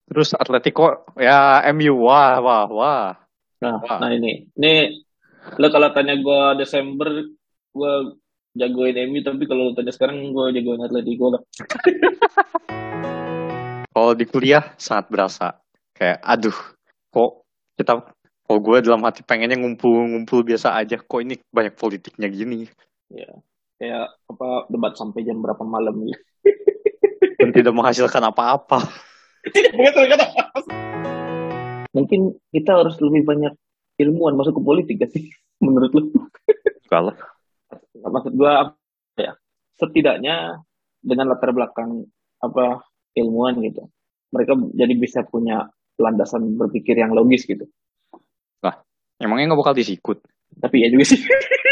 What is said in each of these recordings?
Terus Atletico ya MU wah. Nah ini lo kalau tanya gue Desember gue jagoin MU, tapi kalau lo tanya sekarang gue jagoin Atletico lah. Kalau di kuliah sangat berasa. Kayak aduh, kok kita kalau gue dalam hati pengennya ngumpul-ngumpul biasa aja. Kok ini banyak politiknya gini Ya, kayak apa debat sampai jam berapa malam gitu. dan tidak menghasilkan apa-apa. Begitu kata. Mungkin kita harus lebih banyak ilmuwan masuk ke politik gak sih? Menurut lo? Kalah. Maksud gue apa ya? Setidaknya dengan latar belakang apa ilmuwan gitu, mereka jadi bisa punya landasan berpikir yang logis gitu. Lah, emangnya nggak bakal disikut? Tapi ya juga sih.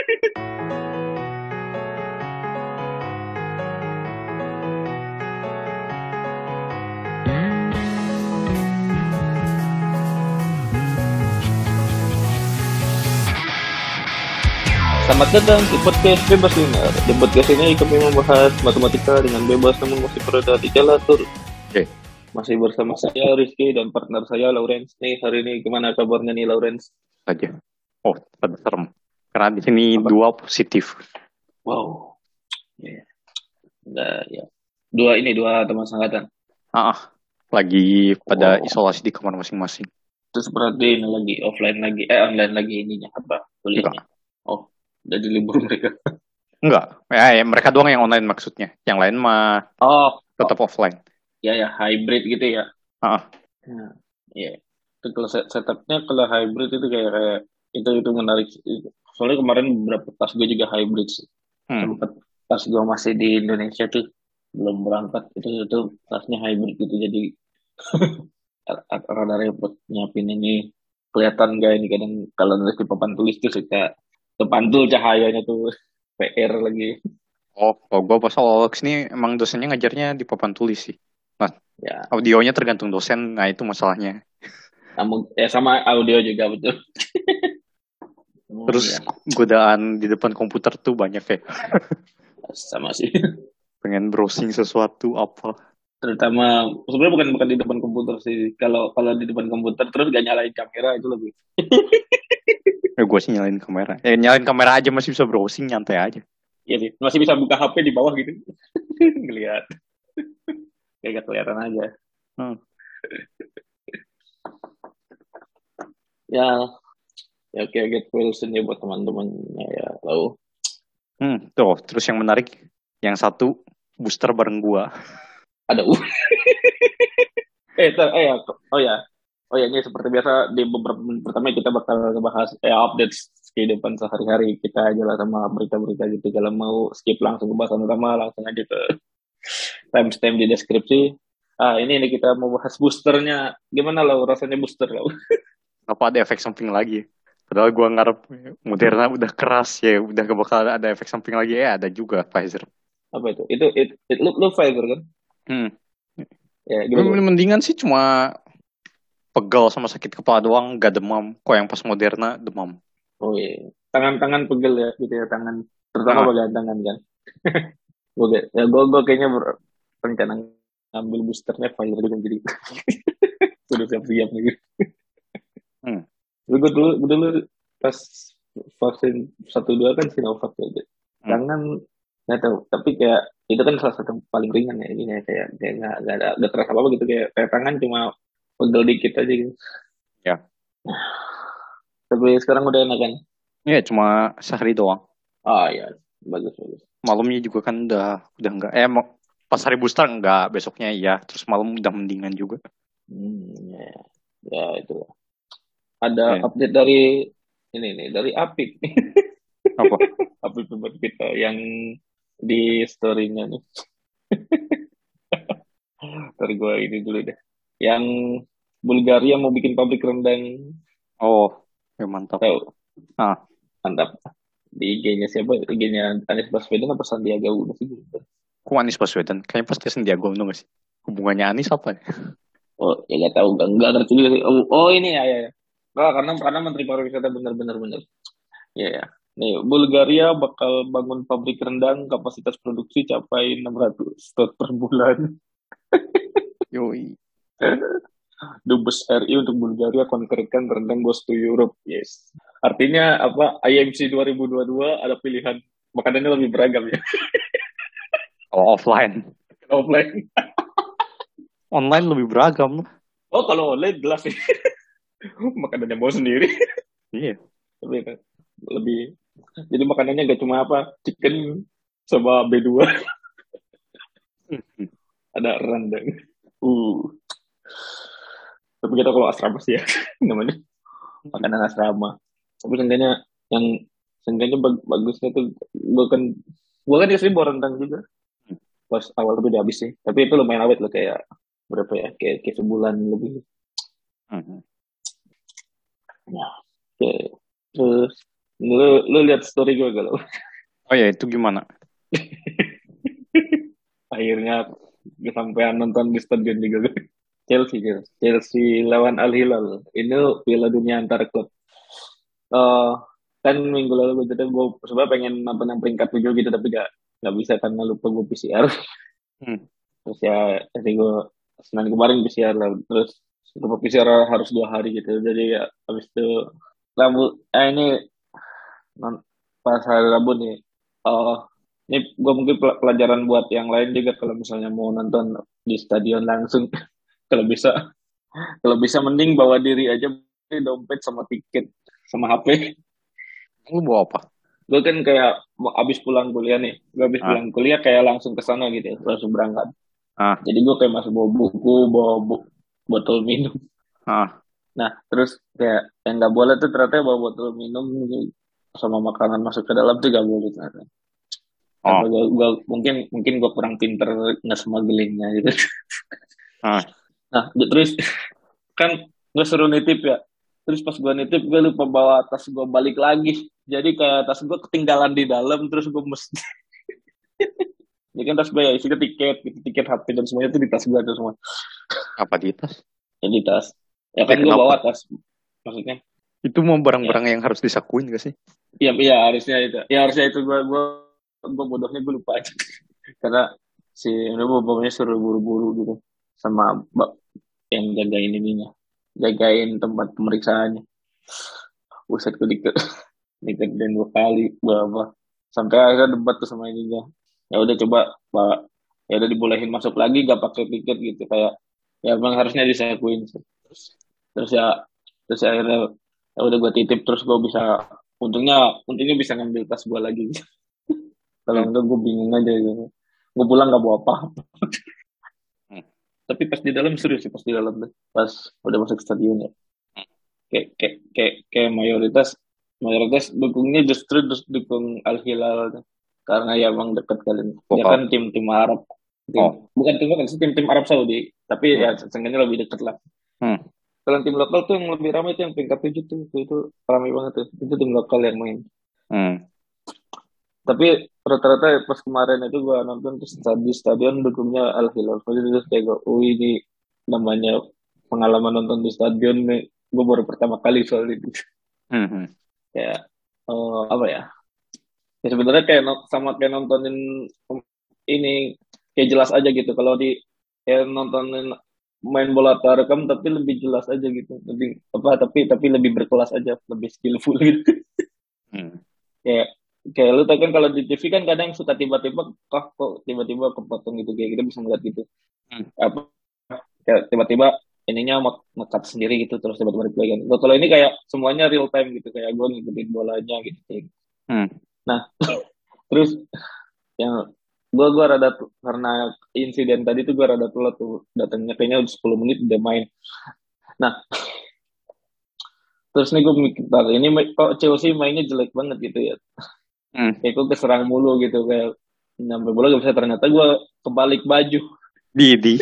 Selamat datang di podcast Bebas Linear. Di podcast ini kami membahas matematika dengan bebas namun masih berada di jalan turun. Oke, Masih bersama saya Rizky dan partner saya Lawrence. Nih hari ini gimana kabarnya nih Lawrence? aja. Oh, ada serem. Karena di sini Apa? dua positif. Wow. Ya, ya. Dua teman sangkatan. Ah, lagi pada Wow. isolasi di kamar masing-masing. Terus berarti ini lagi offline lagi, online lagi ininya apa kuliahnya? Enggak, Oh, jadi libur mereka. enggak. Ya, mereka doang yang online maksudnya. Yang lain mah Oh, tetap offline. ya ya hybrid gitu ya. Ah, Nah, iya. Itu kalau setupnya kalau hybrid itu kayak itu menarik sih. Soalnya kemarin beberapa tas gue juga hybrid sih. hmm. Sempet pas gue masih di Indonesia tuh belum berangkat itu tasnya hybrid gitu, jadi rada repot nyiapin ini, kelihatan gak ini kadang kalau nulis di papan tulis tuh suka kepantul cahayanya tuh. PR lagi. Oh, kalau gue pas awal ini emang dosennya ngajarnya di papan tulis sih. Nah, Ya, audionya tergantung dosen. Nah, itu masalahnya. namun ya sama audio juga betul. Terus Ya godaan di depan komputer tuh banyak kayak sama sih. pengen browsing sesuatu apa. Terutama sebenarnya bukan di depan komputer sih, kalau kalau di depan komputer terus gak nyalain kamera itu lebih. Gue sih nyalain kamera. Nyalain kamera aja masih bisa browsing nyantai aja. Iya sih, masih bisa buka HP di bawah gitu. Ngelihat kayak gak kelihatan aja. Hmm. Ya, ya kayak get Wilson ya buat teman-temannya ya. Lalu Tuh, terus yang menarik, yang satu booster bareng gua. ada ya. Oh ya. Oh ya, ini seperti biasa di beberapa menit pertama kita bakal ngebahas update kehidupan sehari-hari kita aja lah sama berita-berita gitu. Kalau mau skip langsung ke bahasan utama, langsung aja ke timestamp di deskripsi. Ini kita mau bahas boosternya. Gimana lo rasanya booster lo? Apa ada efek samping lagi? Padahal gua ngarep Moderna udah keras ya, udah gak bakal ada efek samping lagi ya, ada juga Pfizer. Apa itu? Lu Pfizer kan? Hmm. Ya, gimana? Mendingan sih cuma pegal sama sakit kepala doang, gak demam. Kok yang pas Moderna demam. Oh iya. Tangan-tangan pegel ya gitu ya, tangan. Terutama Ah, bagian tangan kan. Gue kayaknya rencana ngambil boosternya Pfizer juga jadi sudah siap-siap nih. hmm. Gue dulu pas vaksin 1 2 kan Sinovac ya. Hmm. Tangan nggak tahu, tapi kayak itu kan salah satu paling ringan ya, ini ya kayak nggak terasa apa apa gitu, kayak tangan cuma pegel dikit aja gitu. Ya, Tapi sekarang udah enak kan? ya cuma sehari doang. Ah ya, bagus bagus. Malamnya juga kan udah enggak. Pas hari booster enggak, besoknya iya. Terus malam udah mendingan juga. Ya, ya itu ada Ya, update dari ini nih dari Apik. apa? Apik teman kita yang di story-nya nih. Ntar gue ini dulu deh. Yang Bulgaria mau bikin pabrik rendang, Oh, ya mantap. tahu? Ah, Mantap. Di IG-nya siapa? IG-nya Anies Baswedan apa Sandiaga Uno sih? kok Anies Baswedan? Kayaknya pasti Sandiaga Uno gak sih? Hubungannya Anies apa ya? Oh, ya nggak tahu, nggak ngerti juga sih. Oh, ini ya, ya, ya. Oh, karena Menteri Pariwisata benar-benar benar. Ya, ya. Nih, Bulgaria bakal bangun pabrik rendang, kapasitas produksi capai 600 ton per bulan. Yoi. Dubes RI untuk Bulgaria konfirmkan rendang goes to Europe. Yes. Artinya apa? IMC 2022 ada pilihan makanannya lebih beragam ya. Kalau offline. Offline. Online lebih beragam. Oh kalau online jelas sih. Makanannya mau sendiri. Iya. Lebih. Jadi makanannya gak cuma apa? Chicken sama B2. Ada rendang. Tapi kita kalau asrama sih ya. Namanya makanan asrama. Tapi seenggaknya yang seenggaknya bagusnya tuh gue kan di sini bawa rendang juga pas awal tapi udah habis sih, tapi itu lumayan awet loh, kayak berapa ya, kayak sebulan lebih. Nah, kayak terus lu lihat story gue galau. Oh ya, itu gimana? Akhirnya kesampaian nonton di stadion juga. Chelsea lawan Al Hilal ini Piala Dunia antar klub. eh kan minggu lalu gue sebenarnya pengen nonton yang peringkat 7 gitu, tapi gak bisa karena lupa gue PCR. Terus ya jadi gue Senin kemarin PCR lah, terus lupa PCR harus 2 hari gitu, jadi ya habis itu Rabu ini pas hari Rabu nih. Oh, ini gue mungkin pelajaran buat yang lain juga, kalau misalnya mau nonton di stadion langsung. kalau bisa kalau bisa mending bawa diri aja, dompet sama tiket sama HP. Lu bawa apa? Gue kan kayak abis pulang kuliah nih, gue abis pulang kuliah kayak langsung ke sana gitu, langsung berangkat. Jadi gue kayak masih bawa buku, bawa botol minum. Nah terus kayak yang nggak boleh tuh ternyata bawa botol minum sama makanan masuk ke dalam tuh gak boleh ternyata. Mungkin gue kurang pinter nge-smugglingnya gitu. Nah terus kan gue suruh nitip ya. Terus pas gue nitip, gue lupa bawa tas gue balik lagi. Jadi kayak tas gue ketinggalan di dalam, terus gue mesti. Jadi kan tas gue ya isinya tiket HP dan semuanya tuh di tas gue tuh semua. Apa di tas? Ya di tas. Ya kan gue bawa tas, maksudnya. Itu mau barang-barang yang harus disakuin gak sih? Iya harusnya itu. Ya harusnya itu gue bodohnya gue lupa aja. Karena si ini bapaknya suruh buru-buru gitu sama yang jagain ininya, jagain tempat pemeriksaannya. Buset gue dan 2 kali berapa sampai akhirnya debat tuh sama ininya. Ya udah coba Pak, ya udah dibolehin masuk lagi gak pakai tiket gitu, kayak ya memang harusnya disakuin sih. Terus akhirnya ya udah gue titip, terus gue bisa untungnya bisa ngambil tas gue lagi. Kalau enggak gue bingung aja gitu. Gue pulang gak bawa apa-apa. Tapi pas di dalam seru sih, pas di dalam tuh. Pas udah masuk stadion ya. Kayak mayoritas dukungnya justru dukung Al Hilal karena ya emang dekat kali. Ya kan tim Arab. Bukan tim Arab Saudi, tapi ya seenggaknya lebih dekat lah. Kalau tim lokal tuh yang lebih ramai itu yang peringkat 7 tuh, itu ramai banget tuh. Itu tim lokal yang main. Tapi rata-rata pas kemarin itu gue nonton terus di stadion dukungnya Al Hilal. Terus kayak gue, ini namanya pengalaman nonton di stadion nih. Gue baru pertama kali soal itu. Kayak apa ya? Ya sebenarnya kayak sama kayak nontonin ini, kayak jelas aja gitu. Kalau kayak nontonin main bola tarekam tapi lebih jelas aja gitu. Lebih tapi lebih berkelas aja, lebih skillful gitu. Kayak lu tau kan kalau di TV kan kadang suka tiba-tiba kok tiba-tiba kepotong gitu, kayak kita bisa ngeliat gitu. Apa kayak tiba-tiba ininya mau ngekat sendiri gitu, terus tiba-tiba replay kan. Kalau ini kayak semuanya real time gitu, kayak gue ngikutin bolanya gitu. Nah, terus yang gue rada karena insiden tadi tuh gue rada telat tuh datangnya, kayaknya udah 10 menit udah main. Nah, terus nih gue mikir ini kok Chelsea mainnya jelek banget gitu ya. Kayak gue keserang mulu gitu, kayak nyampe bola gak bisa, ternyata gue kebalik baju. Di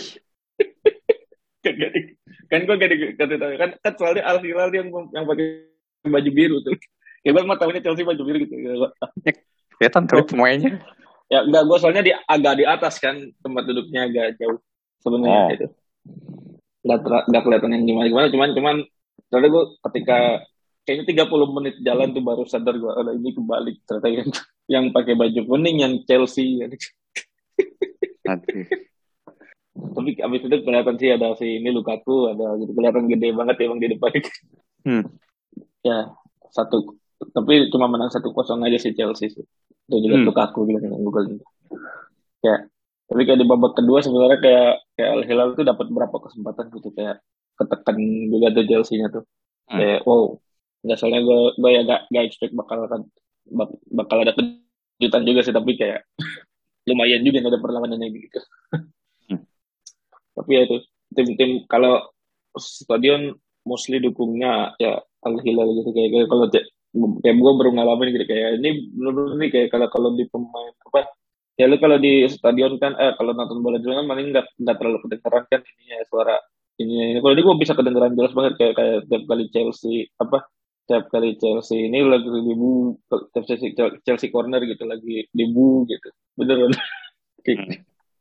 kan gue kan soalnya Al Hilal yang pakai baju biru tuh. Kayak gue mah tahunya Chelsea baju biru gitu. Kelihatan kali pemainnya. Ya enggak, gue soalnya agak di atas kan, tempat duduknya agak jauh sebenarnya itu. Enggak kelihatan yang gimana, cuman soalnya gue ketika kayaknya 30 menit jalan tuh baru sadar gue, ada ini kebalik ternyata yang pakai baju kuning yang Chelsea. Aduh. Tapi abis itu kelihatan sih ada si ini Lukaku, ada gitu kelihatan gede banget emang di depan. Hmm. Ya satu, tapi cuma menang 1-0 aja sih Chelsea sih. Udah jelas Hmm. Lukaku gitu kan Google itu. Ya, tapi kayak di babak kedua sebenarnya kayak kayak Al Hilal tuh dapat berapa kesempatan gitu kayak ketekan juga tuh Chelsea-nya tuh. Hmm. Kayak wow, nggak soalnya gue ya gak expect bakal ada kejutan juga sih, tapi kayak lumayan juga nggak ada perlawanannya gitu. Hmm. Tapi ya itu tim-tim kalau stadion mostly dukungnya ya Al Hilal gitu kayak kalau kayak gue baru ngalamin gitu kayak ini bener-bener nih kayak kalau kalau di pemain apa ya lu kalau di stadion kan kalau nonton bola juga kan paling nggak terlalu kedengeran kan ininya suara ini kalau ini gue bisa kedengeran jelas banget kayak kayak tiap kali Chelsea apa tiap kali Chelsea ini lagi dibu tiap Chelsea corner gitu lagi dibu gitu beneran. Hmm.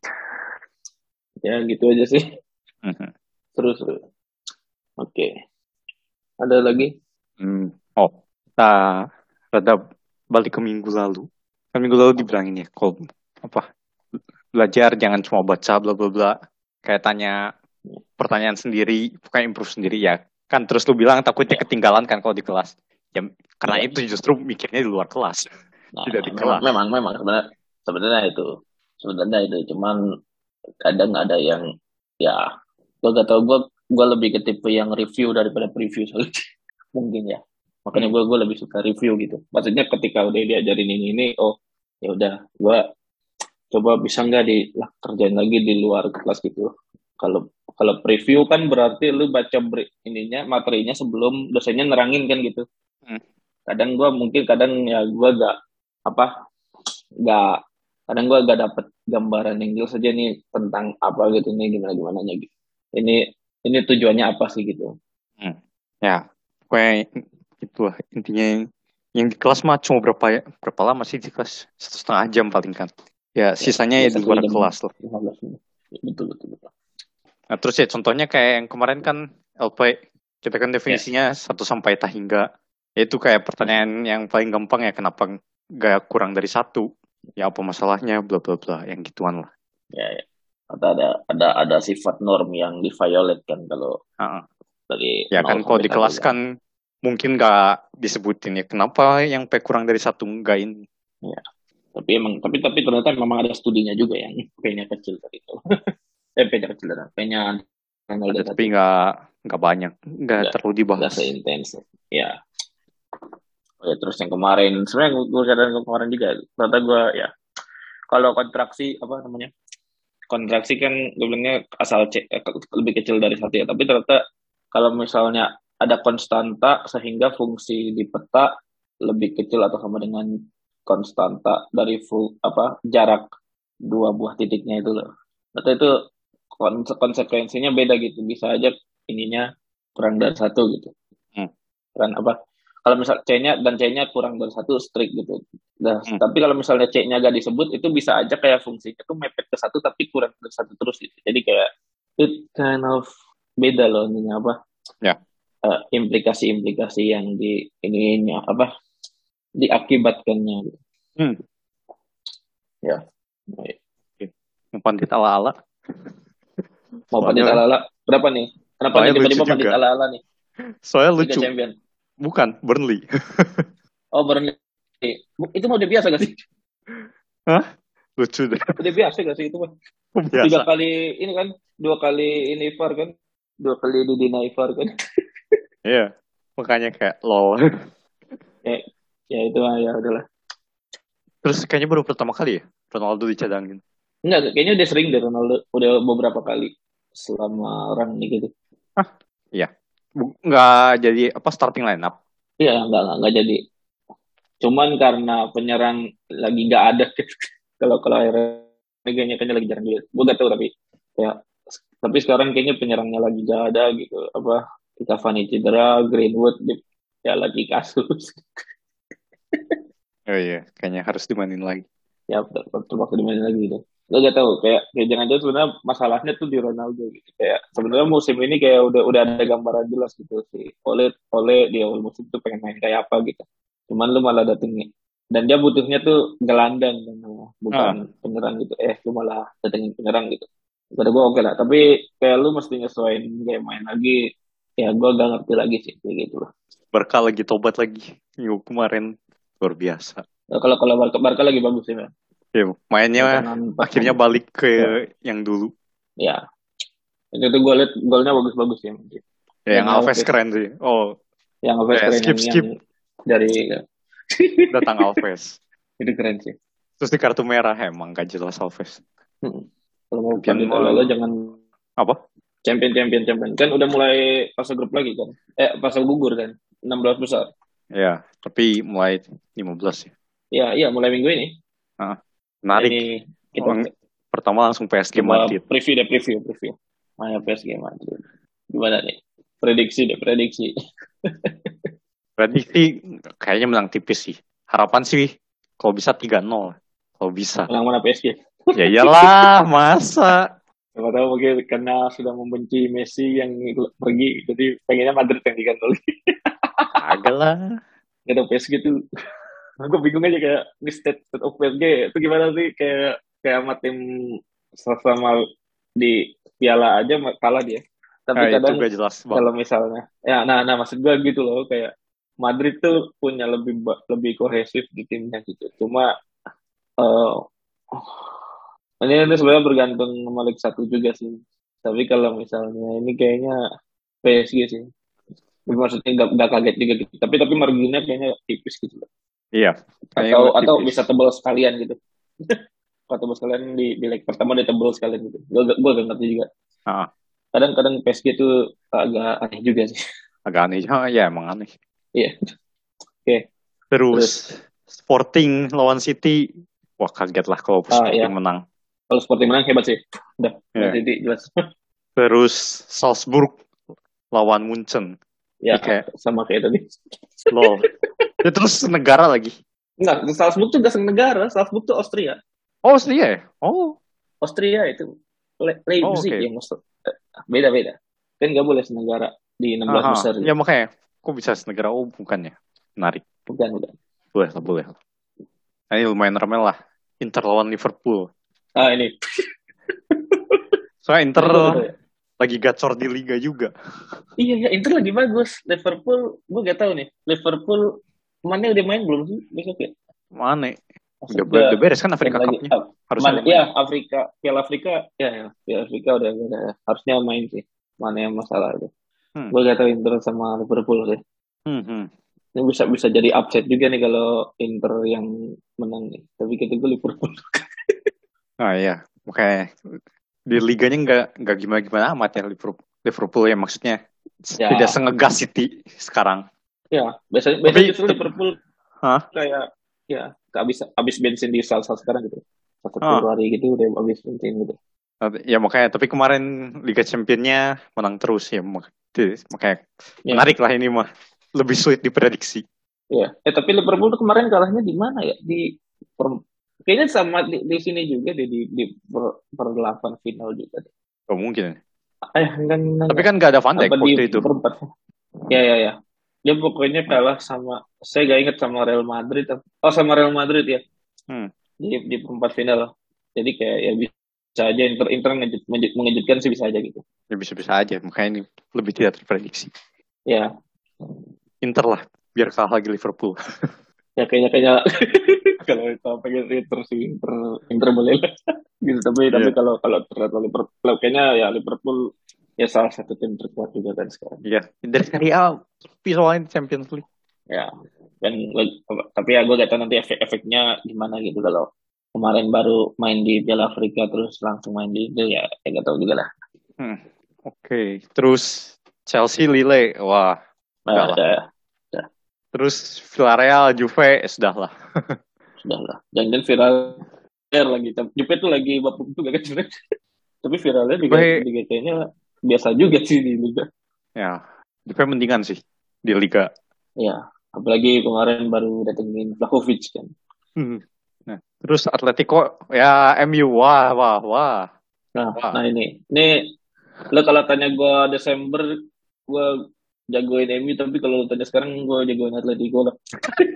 Ya gitu aja sih. Hmm. Terus oke, ada lagi. Hmm. Oh, kita rada balik ke minggu lalu. Kan minggu lalu dibilangin ya, kalau apa belajar jangan cuma baca bla bla bla. Kayak tanya pertanyaan sendiri, bukan improve sendiri ya. Kan terus lu bilang takutnya Ya, ketinggalan kan kalau di kelas. Ya, karena ya. itu justru mikirnya di luar kelas, Nah, tidak ya, di memang kelas. memang memang sebenarnya sebenarnya itu sebenarnya itu cuman kadang ada yang ya gue gak tau gue lebih ke tipe yang review daripada preview soalnya mungkin ya makanya Hmm. gue lebih suka review gitu maksudnya ketika udah diajarin ini oh ya udah gue coba bisa nggak kerjain lagi di luar kelas gitu kalau kalau preview kan berarti lu baca ininya materinya sebelum dosennya nerangin kan gitu Hmm. kadang gue mungkin kadang ya gue gak apa nggak kadang gue gak dapet gambaran yang jelas aja nih tentang apa gitu nih gimana gimana gitu ini ini tujuannya apa sih gitu. Hmm. Ya, kayak itu lah intinya yang di kelas mah cuma berapa lama sih di kelas 1,5 jam paling kan. Ya Ya sisanya ya ya di satu luar jam kelas lah. 15 menit. Ya, betul betul betul. Nah terus ya contohnya kayak yang kemarin kan LP kita kan Ya definisinya satu sampai tak hingga. Itu kayak ya pertanyaan yang paling gampang ya kenapa nggak kurang dari satu? Ya apa masalahnya bla bla bla yang gituan lah. ya. Atau ada sifat norm yang di violate kan kalau Heeh. dari Ya kan nol kalau sampai di satu kelas kan. kan mungkin nggak disebutin ya kenapa yang P kurang dari satu enggak ini. Ya tapi emang tapi ternyata memang ada studinya juga yang p-nya kecil tadi itu p-nya kecil dan p-nya Ada nol tapi tadi nggak banyak, nggak nggak terlalu nggak dibahas. seintens ya. Oh, ya terus yang kemarin sebenarnya gue cadang kemarin juga ternyata gue ya kalau kontraksi apa namanya kontraksi kan gue bilangnya asal lebih kecil dari satu ya tapi ternyata kalau misalnya ada konstanta sehingga fungsi di peta lebih kecil atau sama dengan konstanta dari apa jarak dua buah titiknya itu loh atau itu konsekuensinya beda gitu bisa aja ininya kurang dari satu gitu Hmm. kan apa kalau misal C-nya dan C-nya kurang dari satu strict gitu. Nah, Hmm. tapi kalau misalnya C-nya gak disebut itu bisa aja kayak fungsinya tuh mepet ke satu tapi kurang dari satu terus gitu. Jadi kayak it kind of beda loh ini apa Ya. implikasi-implikasi yang di ininya apa diakibatkannya gitu. Hmm. Ya. Baik. Oke. Yang pandit ala-ala. Mau pandit Soalnya, ala-ala berapa nih? Kenapa nih soalnya lucu tiba-tiba pandit juga. ala-ala nih? Soalnya Liga lucu. Champion. Bukan, Burnley. Oh, Burnley. Itu mah udah biasa gak sih? Hah? Lucu deh. Udah biasa gak sih itu mah? Tiga Biasa. kali ini kan dua kali ini VAR kan dua kali di deny VAR kan Iya. Makanya kayak lol. ya ya itu mah ya udahlah Terus kayaknya baru pertama kali ya Ronaldo dicadangin. enggak kayaknya udah sering deh Ronaldo udah beberapa kali selama orang ini gitu Hah? Iya. Nggak jadi apa starting lineup. iya nggak jadi cuman karena penyerang lagi nggak ada gitu. Kalau akhirnya kayaknya lagi jarang dia gue gak tahu ya tapi sekarang kayaknya penyerangnya lagi nggak ada gitu apa Cavani cedera Greenwood ya lagi kasus Oh iya, kayaknya harus dimainin lagi. ya terpaksa dimainin lagi gitu lo gak tahu kayak jangan-jangan sebenarnya masalahnya tuh di Ronaldo gitu kayak sebenarnya musim ini kayak udah ada gambaran jelas gitu sih oleh di awal musim tuh pengen main kayak apa gitu cuman lu malah datengin dan dia butuhnya tuh gelandang kan, bukan Ah, penyerang gitu lu malah datengin penyerang gitu Kata gue oke lah, tapi kayak lu mesti nyesuaiin kayak main lagi. Ya gue gak ngerti lagi sih kayak gitu lah. Barca lagi tobat lagi. Minggu kemarin luar biasa. Nah, kalau Barca, Barca lagi bagus sih, men. Ya, mainnya Pertahanan akhirnya pertahanan. balik ke Ya, yang dulu. ya. Itu gue liat golnya bagus-bagus ya, men. Ya, yang Dani Alves Alves, keren sih. Oh, yang Alves kayak keren yang skip dari datang Alves. itu keren sih. Terus di kartu merah emang gak jelas Alves. Hmm. Kalau mau Champion pandai mah lo jangan apa? champion kan udah mulai fase grup lagi kan. Fase gugur kan. 16 besar. Ya, tapi mulai 15 ya. Ya, iya mulai minggu ini. Nah, Nah, menarik. ini kita Pertama langsung PSG coba Madrid. preview. Mana PSG Madrid. Gimana nih? Prediksi. Prediksi kayaknya menang tipis sih. Harapan sih kalau bisa 3-0. Kalau bisa. Menang mana PSG? Ya iyalah, masa. Siapa tahu mungkin karena sudah membenci Messi yang pergi, jadi pengennya Madrid yang diganti. Agak lah. Ada PSG tuh, aku bingung aja kayak ini state of PSG itu gimana sih kayak sama tim sama di Piala aja kalah dia. Tapi Nah, itu kadang gak jelas bang. kalau misalnya, ya, nah maksud gue gitu loh kayak Madrid tuh punya lebih kohesif di timnya gitu. Cuma eh ini sebenarnya bergantung sama Liga 1 juga sih. Tapi kalau misalnya ini kayaknya PSG sih. Maksudnya nggak kaget juga gitu. Tapi marginnya kayaknya tipis gitu loh. Iya, kayaknya Atau tipis. bisa tebal sekalian gitu. Kalau tebal sekalian di leg pertama dia tebal sekalian gitu. Gue gak ngerti juga. Ah, Kadang-kadang PSG itu agak aneh juga sih. agak aneh. Oh, ya emang aneh. Iya. Oke. Terus Terus Sporting lawan City. Wah kaget lah kalau ya. Sporting menang. Kalau Sporting menang hebat sih. Udah. Ya. Jadi jelas. Terus Salzburg lawan Munchen. Ya Ini kayak sama kayak tadi. lol. Ya, terus negara lagi. Enggak, Salzburg tuh gak negara. Salzburg tuh Austria. Oh, iya ya? Oh, Austria itu. oh Leipzig oke. yang beda-beda. Kan nggak boleh senegara di 16 Aha. besar Ya gitu. makanya, kok bisa negara? Oh, bukannya. Menarik. Bukan. Boleh lah, boleh. Nah, ini lumayan ramai lah. Inter lawan Liverpool. Ini. Soalnya Inter Ini gue gak tahu ya. lagi gacor di Liga juga. Iya, ya, Inter lagi bagus. Liverpool, gue gak tahu nih. Liverpool, mana udah main belum sih besok ya? Mana? Maksudnya, Udah beres kan yang Afrika lagi, Cup-nya. Harusnya udah ya main. Afrika, Piala Afrika, Piala Afrika udah harusnya main sih. Mana yang masalah itu? Hmm. Gue gak tahu Inter sama Liverpool sih. Hmm. Ini bisa jadi upset juga nih kalau Inter yang menang nih. Tapi kita gue Liverpool. Ah iya, makanya di liganya nggak gimana-gimana amat ya Liverpool ya maksudnya tidak Ya, sengegas City sekarang. ya. Biasanya Tapi justru Liverpool hah? kayak ya habis bensin di sal-sal sekarang gitu. 1 Ah, Februari gitu udah habis bensin gitu. ya makanya tapi kemarin Liga Championnya menang terus ya makanya Ya, menarik lah ini mah lebih sulit diprediksi. ya. Tapi Liverpool tuh kemarin kalahnya di mana ya? Kayaknya sama di sini juga di per 8 final juga. Oh mungkin. Tapi Enggak. kan nggak ada Van Dijk Apa di waktu itu. perempat? Ya. Dia pokoknya Nah, kalah sama saya gak inget sama Real Madrid. Oh, sama Real Madrid ya hmm, di perempat final. Jadi kayak ya bisa aja Inter mengejutkan sih bisa aja gitu. ya bisa-bisa aja makanya ini lebih tidak terprediksi. Ya, Inter lah biar kalah lagi Liverpool. ya kayaknya kalau itu pengen Inter boleh lah gitu tapi Iya, kalau ternyata Liverpool kayaknya ya Liverpool ya salah satu tim terkuat juga kan sekarang iya. Dari Serie A tapi soalnya Champions League. ya dan tapi ya gue gak tahu nanti efeknya gimana gitu kalau kemarin baru main di Piala Afrika terus langsung main di itu ya gak tahu juga lah. Hmm, Oke. Terus Chelsea Lille, wah, udah Nah, lah. udah, Terus Villarreal Juve, sudah lah. sudah lah jangan viral lagi Juve tuh lagi bapuk juga kan sebenarnya. Tapi viralnya juga Juve, juga kayaknya biasa juga sih di Liga. ya, Juve mendingan sih di Liga. Ya, apalagi kemarin baru datengin Vlahovic kan. Hmm. Nah, terus Atletico, ya MU, wah. Nah ini lo kalau tanya gue Desember gue jagoin MU tapi kalau lo tanya sekarang gue jagoin Atletico lah.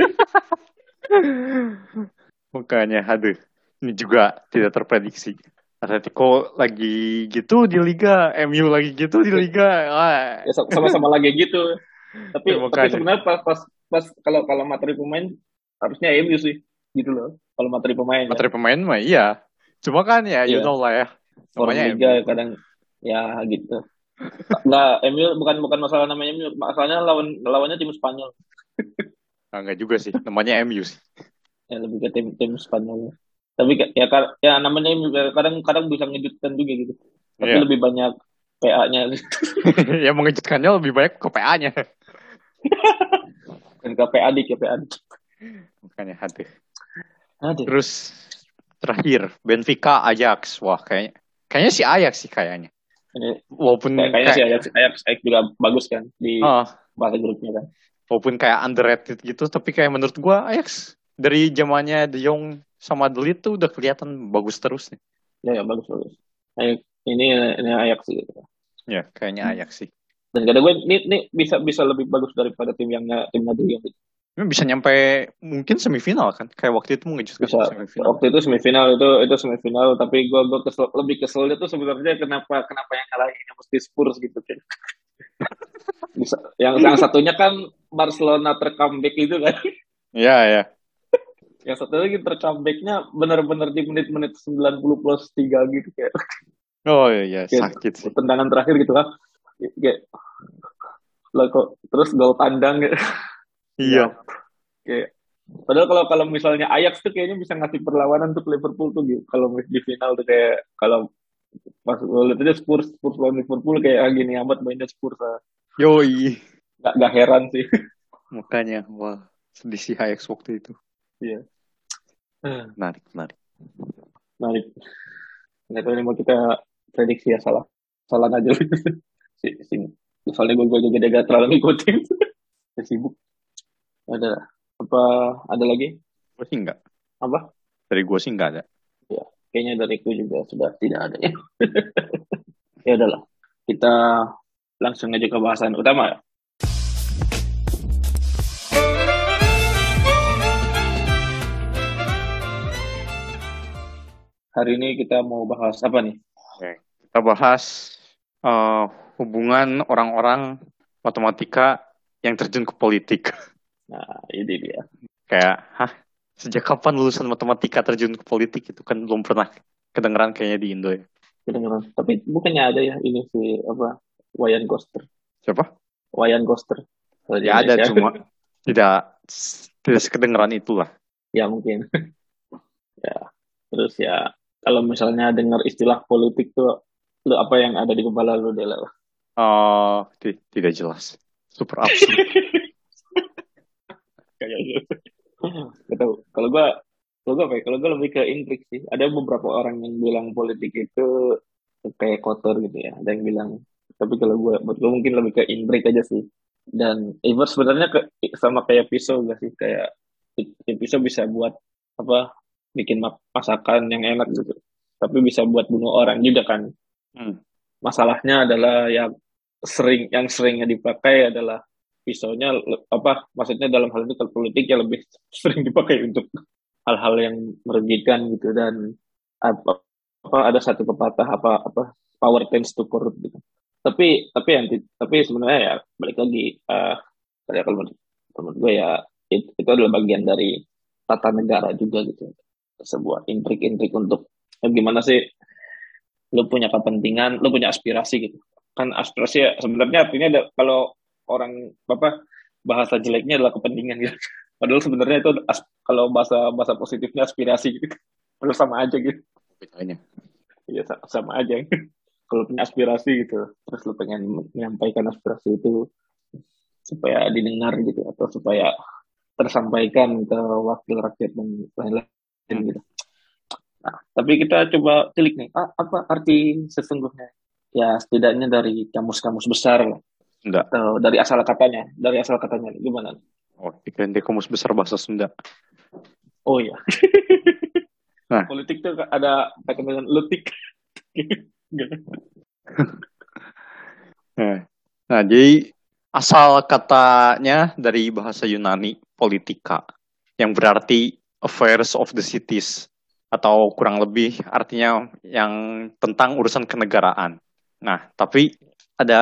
Makanya, aduh, ini juga tidak terprediksi. Atletico lagi gitu di Liga, MU lagi gitu di Liga. Wah, Ya, sama-sama lagi gitu. ya Tapi makanya. sebenarnya pas kalau materi pemain harusnya MU sih gitu loh. Kalau materi pemain ya. Materi pemain mah iya. Cuma kan ya, you Iya, know lah ya. form Namanya liga MU. kadang ya gitu. Nggak, MU bukan masalah namanya MU, masalahnya lawannya tim Spanyol. Nah, enggak juga sih, namanya MU sih. Ya lebih ke tim Spanyol. Tapi ya namanya MU kadang bisa ngejutkan juga gitu. Tapi Iya. lebih banyak PA-nya Yang mengejutkannya lebih banyak ke PA-nya. dan ke PA dikit PA dikit. Makanya hati. Aduh. Terus terakhir Benfica Ajax. Wah, kayaknya si Ajax sih kayaknya. Ini Walaupun kayaknya sih kayak Ajax juga bagus kan di ah, fase grupnya kan. walaupun kayak underrated gitu, tapi kayak menurut gua Ajax dari zamannya De Jong sama De Ligt tuh udah kelihatan bagus terus nih. Ya, bagus bagus. Ajax, ini Ajax sih gitu. Ya, kayaknya Ajax sih. Dan kata gue ini bisa lebih bagus daripada timnya De Jong. Ini bisa nyampe mungkin semifinal kan? Kayak waktu itu mengejutkan Bisa semifinal. waktu itu itu semifinal tapi gue lebih keselnya tuh sebenarnya kenapa yang ngalahinnya mesti Spurs gitu kan. Bisa, yang satunya kan Barcelona tercomeback itu kan. Iya, ya. Yang satu lagi tercomebacknya benar-benar di menit-menit 90 plus 3 gitu kayak, Oh iya, kayak sakit sih. tendangan terakhir gitu kan. Kayak lah kok terus gol tandang gitu. Ya, Iya. kayak padahal kalau kalau misalnya Ajax tuh kayaknya bisa ngasih perlawanan untuk Liverpool tuh gitu. Kalau di final tuh kayak kalau pas gue lihat aja Spurs Spurs lawan Liverpool kayak gini amat mainnya Spurs Yoi. nggak heran sih. Makanya, wah, sedih sih Ajax waktu itu. Iya. Menarik, menarik. Nah, nggak tahu ini mau kita prediksi ya salah salah aja si soalnya gue juga gak terlalu ngikutin. Saya sibuk. Ada apa, ada lagi Gue sih enggak. apa Dari gue sih enggak ada. ya, kayaknya dariku juga sudah tidak ada ya. Ya udahlah, kita langsung aja ke bahasan utama ya. Hari ini kita mau bahas apa nih? Oke. Kita bahas eh, hubungan orang-orang matematika yang terjun ke politik. Nah, ini dia. Kayak, hah? Sejak kapan lulusan matematika terjun ke politik? Itu kan belum pernah kedengeran kayaknya di Indo ya. Kedengeran. Tapi bukannya ada ya ini si apa, Wayan Koster. Siapa? Wayan Koster kalau di Ya ada, Indonesia. cuma tidak tidak sekedengeran itulah. Ya mungkin. Ya. Terus ya kalau misalnya dengar istilah politik tuh lu apa yang ada di kepala lu deh lah. Tidak jelas. Super absurd. Kayak gitu. Gak tahu. Kalau gua lebih ke intrik sih. Ada beberapa orang yang bilang politik itu kayak kotor gitu ya. Ada yang bilang. Tapi kalau buat gua mungkin lebih ke intrik aja sih. Dan Iver sebenarnya sama kayak pisau gak sih? Kayak pisau bisa buat apa? Bikin masakan yang enak gitu. Tapi bisa buat bunuh orang juga kan. Hmm. Masalahnya adalah yang seringnya dipakai adalah pisaunya apa? Maksudnya dalam hal ini kalau politik ya lebih sering dipakai untuk hal-hal yang merugikan gitu. Dan apa, apa ada satu pepatah apa apa power tends to corrupt gitu. Tapi sebenarnya ya balik lagi kayak kalau menurut gue ya itu adalah bagian dari tata negara juga gitu. Sebuah intrik-intrik untuk gimana sih lu punya kepentingan, lu punya aspirasi gitu. Kan aspirasi ya, sebenarnya artinya kalau orang apa bahasa jeleknya adalah kepentingan gitu. Padahal sebenarnya itu kalau bahasa bahasa positifnya aspirasi gitu. Padahal sama aja gitu. Bedanya. Ya sama aja. Kalau punya aspirasi gitu, terus lu pengen menyampaikan aspirasi itu supaya didengar gitu atau supaya tersampaikan ke wakil rakyat dan lain-lain Hmm. gitu. Nah, tapi kita coba tilik nih, apa arti sesungguhnya? Ya, setidaknya dari kamus-kamus besar lah, Enggak. atau dari asal katanya gimana? Oh, dikirain dia kamus besar bahasa Sunda. Oh ya, Nah, politik tuh ada kaitan dengan lutik. nah, nah, jadi asal katanya dari bahasa Yunani politika yang berarti affairs of the cities atau kurang lebih artinya yang tentang urusan kenegaraan. Nah, tapi ada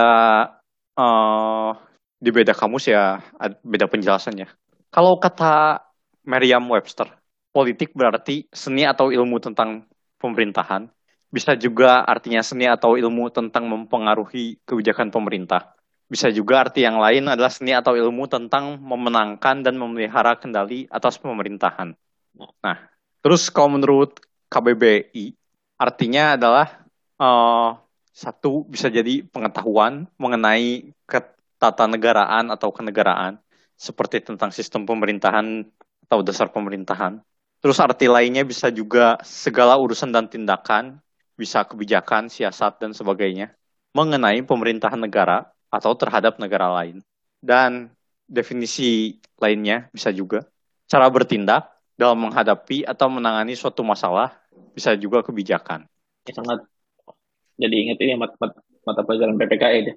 eh, di beda kamus ya, beda penjelasannya. Kalau kata Merriam-Webster, politik berarti seni atau ilmu tentang pemerintahan, bisa juga artinya seni atau ilmu tentang mempengaruhi kebijakan pemerintah. Bisa juga arti yang lain adalah seni atau ilmu tentang memenangkan dan memelihara kendali atas pemerintahan. Nah, terus kalau menurut KBBI, artinya adalah eh, satu bisa jadi pengetahuan mengenai ketatanegaraan atau kenegaraan, seperti tentang sistem pemerintahan atau dasar pemerintahan. Terus arti lainnya bisa juga segala urusan dan tindakan, bisa kebijakan, siasat, dan sebagainya, mengenai pemerintahan negara atau terhadap negara lain. Dan definisi lainnya bisa juga cara bertindak dalam menghadapi atau menangani suatu masalah, bisa juga kebijakan. Ya, sangat jadi ingat ini mata pelajaran PPKN ya.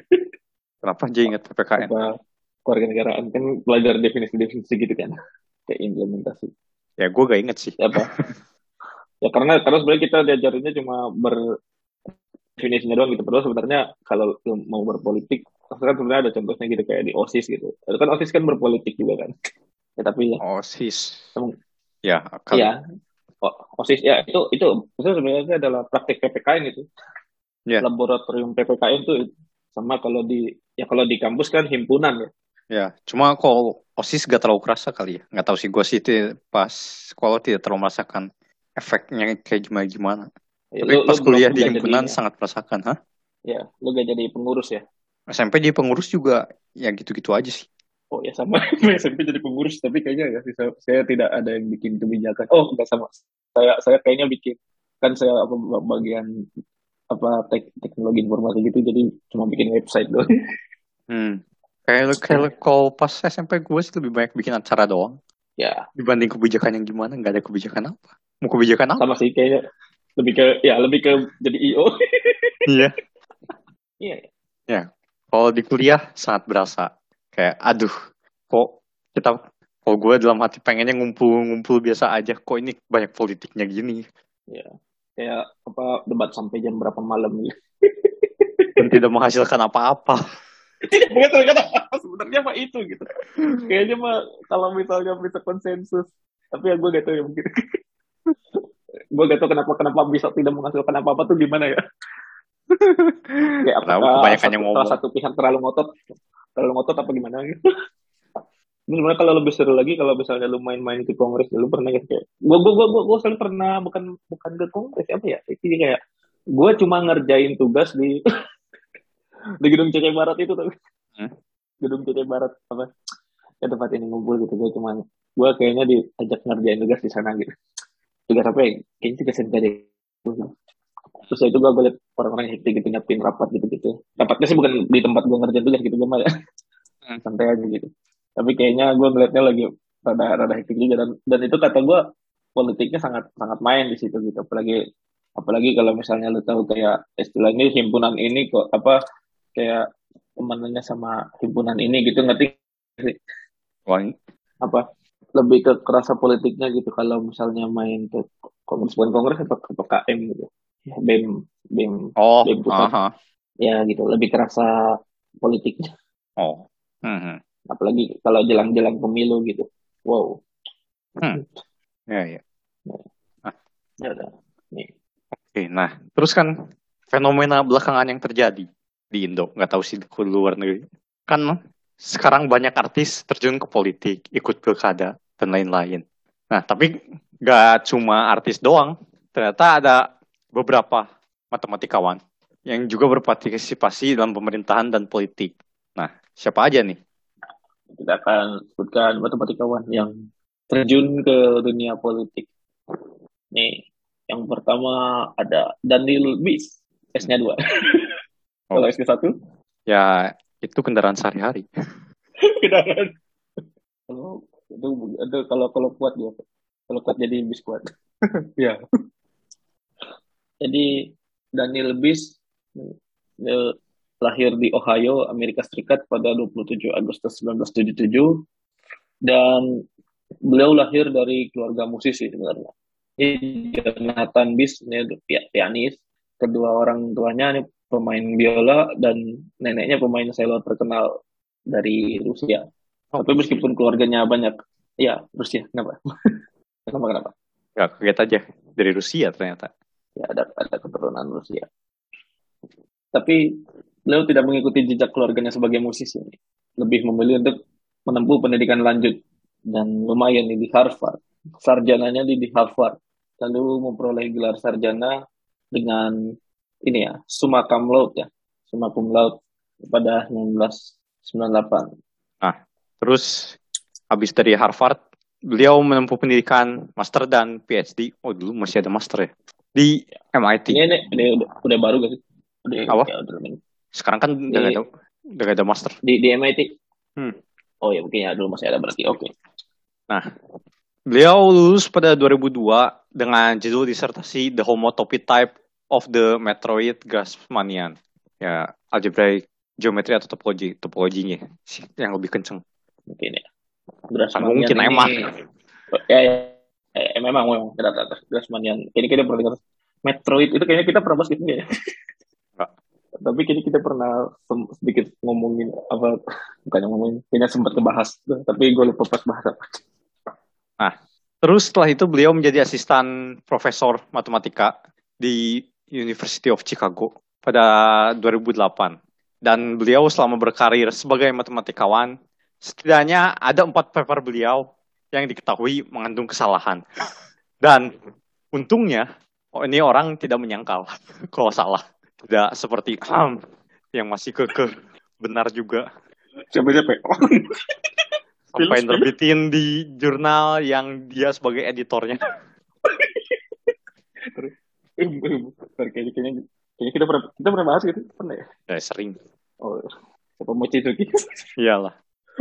Kenapa aja ingat PPKN? Apa kewarganegaraan kan belajar definisi-definisi gitu kan. Kayak implementasi. Ya gue gak inget sih. Ya, apa? Ya karena sebenarnya kita diajarinnya cuma berdefinisinya doang gitu. Padahal sebenarnya kalau mau berpolitik, kan sebenarnya ada contohnya gitu kayak di OSIS gitu. Kan OSIS kan berpolitik juga kan. Ya tapi ya, OSIS. emang, Ya, kali. iya, OSIS ya itu sebenarnya adalah praktik PPKN itu. Ya, Laboratorium PPKN itu sama kalau di kampus kan himpunan ya. ya. Cuma kalau OSIS gak terlalu kerasa kali ya. Gak tahu sih gue sih pas sekolah tidak terlalu merasakan efeknya kayak gimana-gimana. Ya, Tapi lu pas belum kuliah di gak jadi himpunan ini ya. sangat merasakan, hah? Ya, lu gak jadi pengurus ya. SMP jadi pengurus juga ya gitu-gitu aja sih. Oh ya sama, SMP jadi pengurus, tapi kayaknya ya saya tidak ada yang bikin kebijakan. Oh nggak sama, saya kayaknya bikin kan saya apa bagian apa teknologi informasi gitu, jadi cuma bikin website doang. Hmm. Kayak kalau pas SMP gue sih lebih banyak bikin acara doang. Ya Dibanding kebijakan yang gimana, nggak ada kebijakan apa. Mau kebijakan sama apa? sih kayaknya lebih ke jadi IO. Iya. Iya, Ya, kalau di kuliah sangat berasa. Kayak, aduh, kok kita, kalau gue dalam hati pengennya ngumpul-ngumpul biasa aja. Kok ini banyak politiknya gini. ya kayak apa debat sampai jam berapa malam gitu. Dan tidak menghasilkan apa-apa. Tidak ternyata sebenarnya mah itu gitu. Kayaknya mah kalau misalnya bisa konsensus, tapi ya gue gak tahu ya mungkin. Gue gak tahu kenapa kenapa bisa tidak menghasilkan apa-apa tuh gimana ya. Kayak Tahu apakah kebanyakan yang salah ngomong. satu pihak terlalu ngotot apa gimana gitu. Ini sebenarnya kalau lebih seru lagi kalau misalnya lu main-main ke kongres, lu pernah gitu kayak gue selalu pernah bukan bukan ke kongres apa ya, jadi kayak gue cuma ngerjain tugas di gedung CC Barat itu tapi Hmm? gedung CC Barat apa ya tempat ini ngumpul gitu, gue kayaknya diajak ngerjain tugas di sana gitu, tugas apa ya, kayaknya tugas MKD. Terus itu gue liat orang-orang yang hektik gitu nyiapin rapat gitu rapatnya sih bukan di tempat gue ngerjain tugas gitu, gue mah ya Hmm. santai aja gitu. Tapi kayaknya gue ngeliatnya lagi rada hektik juga, dan itu kata gue politiknya sangat sangat main di situ gitu. Apalagi apalagi kalau misalnya lu tahu kayak istilahnya himpunan ini kok apa kayak temenannya sama himpunan ini gitu, ngerti sih? Wah, Apa lebih ke kerasa politiknya gitu kalau misalnya main ke kongres, bukan kongres apa ke PKM gitu ya, BEM BEM oh, BEM pusat aha. ya gitu, lebih kerasa politiknya, Oh. Hmm. apalagi kalau jelang-jelang pemilu gitu. Wow. Hmm. Ya, ya. Nah, Ya udah. Nih. oke. Nah, terus kan fenomena belakangan yang terjadi di Indo, nggak tahu sih di luar negeri. Kan sekarang banyak artis terjun ke politik, ikut pilkada, dan lain-lain. Nah, tapi nggak cuma artis doang. Ternyata ada beberapa matematikawan yang juga berpartisipasi dalam pemerintahan dan politik. Nah, siapa aja nih? Kita akan sebutkan matematikawan yang terjun ke dunia politik. Nih, yang pertama ada Daniel Bis, S-nya 2. Kalau Oh, S-nya 1, ya itu kendaraan sehari-hari. kendaraan. Kalau itu kalau kalau kuat dia. Kalau kuat jadi bis kuat. Ya. Jadi Daniel Bis lahir di Ohio, Amerika Serikat pada 27 Agustus 1977, dan beliau lahir dari keluarga musisi sebenarnya. Jonathan Bis ini pianis, kedua orang tuanya ini pemain biola dan neneknya pemain cello terkenal dari Rusia. Oh, Tapi meskipun keluarganya banyak, ya Rusia, kenapa? Kenapa? nggak kaget aja dari Rusia ternyata. Ya ada keturunan Rusia. Tapi beliau tidak mengikuti jejak keluarganya sebagai musisi. Lebih memilih untuk menempuh pendidikan lanjut dan lumayan di Harvard. Sarjananya di Harvard. Lalu memperoleh gelar sarjana dengan ini ya, summa cum laude ya, summa cum laude pada 1998. Nah, terus habis dari Harvard, beliau menempuh pendidikan master dan PhD. Oh, dulu masih ada master ya. Di MIT. Ini udah baru gak sih? Apa? Udah Sekarang kan udah gak ada master. di MIT. Hmm. Oh ya mungkin ya dulu masih ada berarti. Oke. Nah, beliau lulus pada 2002 dengan judul disertasi The Homotopy Type of the Metroid Grassmannian. Ya, algebraic geometri atau topologinya yang lebih kenceng. Mungkin ya. Kan Grassmannian mungkin ini emang. memang rata-rata Grassmannian. Kayaknya kita pernah dengar Metroid itu kayaknya kita pernah bahas gitu ya. Enggak. Tapi kayaknya kita pernah sedikit ngomongin apa bukan ngomongin, kayaknya sempat kebahas. Tapi gue lupa pas bahas apa. Nah, terus setelah itu beliau menjadi asisten profesor matematika di University of Chicago pada 2008. Dan beliau selama berkarir sebagai matematikawan, setidaknya ada 4 paper beliau yang diketahui mengandung kesalahan. Dan untungnya, ini orang tidak menyangkal kalau salah. Tidak seperti yang masih kekeh benar juga. Siapa-siapa? Sampai nerbitin di jurnal yang dia sebagai editornya. Kayaknya kita pernah bahas gitu, pernah ya? Ya, sering. Oh, siapa Mochizuki? Iyalah.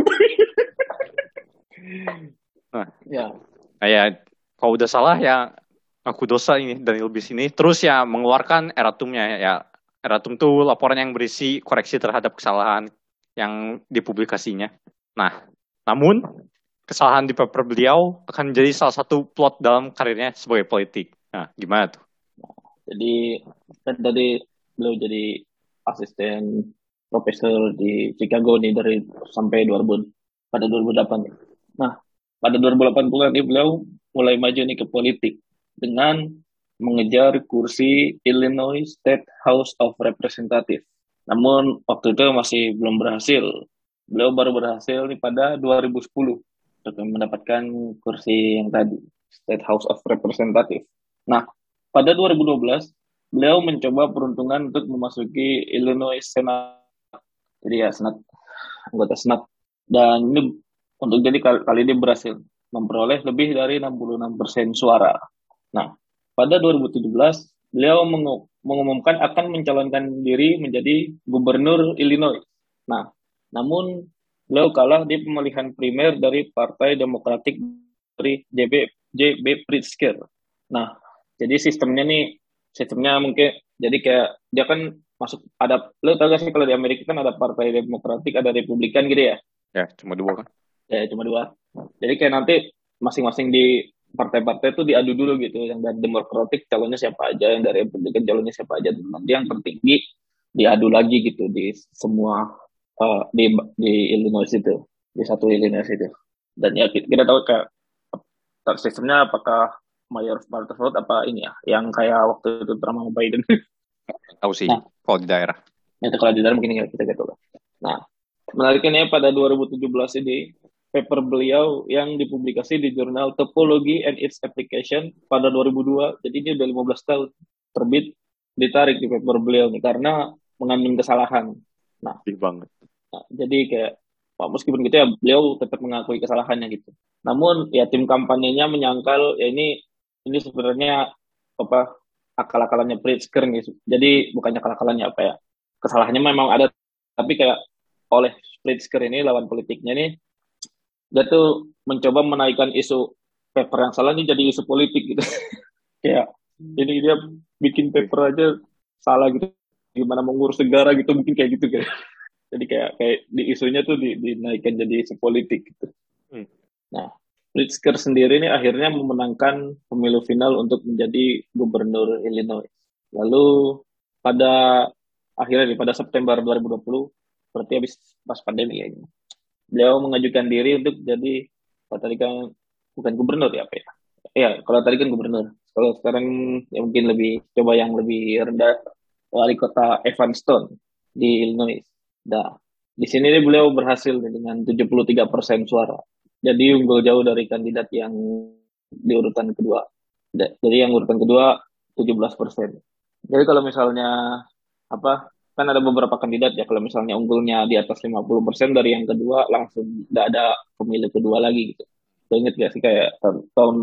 Nah, Ya, ya kalau udah salah ya aku dosa ini Daniel Bis ini. Terus ya mengeluarkan eratumnya ya. Eratum tuh laporan yang berisi koreksi terhadap kesalahan yang dipublikasinya. Nah, namun kesalahan di paper beliau akan menjadi salah satu plot dalam karirnya sebagai politik. Nah, gimana tuh? jadi kan tadi beliau jadi asisten profesor di Chicago nih dari sampai 2000 pada 2008. Nah, pada 2008 pula nih beliau mulai maju nih ke politik dengan mengejar kursi Illinois State House of Representatives. Namun waktu itu masih belum berhasil. Beliau baru berhasil nih pada 2010 untuk mendapatkan kursi yang tadi, State House of Representatives. Nah, pada 2012 beliau mencoba peruntungan untuk memasuki Illinois Senate. Jadi ya Senat, anggota Senat. Dan ini untuk jadi kali ini berhasil memperoleh lebih dari 66% suara. Nah, pada 2017 beliau mengumumkan akan mencalonkan diri menjadi gubernur Illinois. Nah, namun beliau kalah di pemilihan primer dari Partai Demokratik dari JB Pritzker. Nah, jadi sistemnya mungkin jadi kayak dia kan masuk ada lo tau gak sih kalau di Amerika kan ada Partai Demokratik ada Republikan gitu ya. Ya, cuma 2 kan. Ya cuma dua. Jadi kayak nanti masing-masing di partai-partai itu diadu dulu gitu. Yang dari Demokratik calonnya siapa aja, yang dari Republikan calonnya siapa aja. Dan nanti yang tertinggi diadu lagi gitu di semua di Illinois itu, di satu Illinois itu. Dan ya kita tahu kayak sistemnya apakah mayor partai vote apa ini ya, yang kayak waktu itu Trump sama Biden. Tahu sih Nah, kalau di daerah. itu kalau di dalam mungkin kita gitu lah. Nah, menariknya pada 2017 ini, paper beliau yang dipublikasi di jurnal Topology and its Application pada 2002, jadi ini udah 15 tahun terbit, ditarik di paper beliau nih karena mengandung kesalahan. Nah, Banget. jadi kayak meskipun gitu ya beliau tetap mengakui kesalahannya gitu. Namun ya tim kampanyenya menyangkal ya ini sebenarnya apa akal-akalannya Pritzker gitu. Jadi bukannya akal-akalannya apa ya, kesalahannya memang ada, tapi kayak oleh Pritzker ini lawan politiknya nih, dia tuh mencoba menaikkan isu paper yang salah ini jadi isu politik gitu. Kayak ini dia bikin paper aja salah gitu, gimana mengurus negara gitu, mungkin kayak gitu kayak. Jadi kayak di isunya tuh dinaikkan jadi isu politik gitu. Hmm. Nah, Pritzker sendiri ini akhirnya memenangkan pemilu final untuk menjadi gubernur Illinois. Lalu pada akhirnya pada September 2020, berarti habis pas pandemi ya, beliau mengajukan diri untuk jadi, kalau tadi kan bukan gubernur ya apa ya? Ya, kalau tadi kan gubernur. Kalau sekarang ya mungkin lebih coba yang lebih rendah, wali kota Evanston di Illinois. Nah, di sini nih beliau berhasil nih dengan 73% suara. Jadi unggul jauh dari kandidat yang di urutan kedua. Jadi yang urutan kedua 17%. Jadi kalau misalnya apa, kan ada beberapa kandidat ya, kalau misalnya unggulnya di atas 50% dari yang kedua langsung nggak ada pemilu kedua lagi gitu. Lo inget gak sih kayak tahun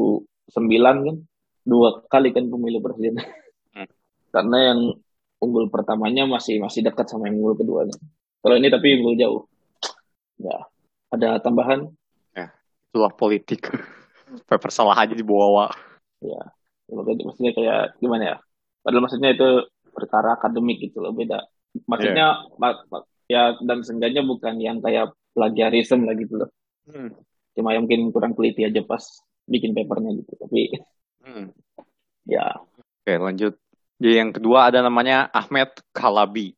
2009 kan dua kali kan pemilu presiden. Hmm. Karena yang unggul pertamanya masih masih dekat sama yang unggul keduanya. Kalau ini tapi unggul jauh. Ya, ada tambahan? Ya, itulah politik. Paper salah aja dibawa. Ya, maksudnya kayak gimana ya? Padahal maksudnya itu perkara akademik gitu loh, beda. Iya. Maksudnya ya, dan seenggaknya bukan yang kayak plagiarism lah gitu loh. Hmm. Cuma yang mungkin kurang teliti aja pas bikin papernya gitu. Tapi Hmm. ya, Oke, lanjut. Jadi yang kedua ada namanya Ahmed Chalabi,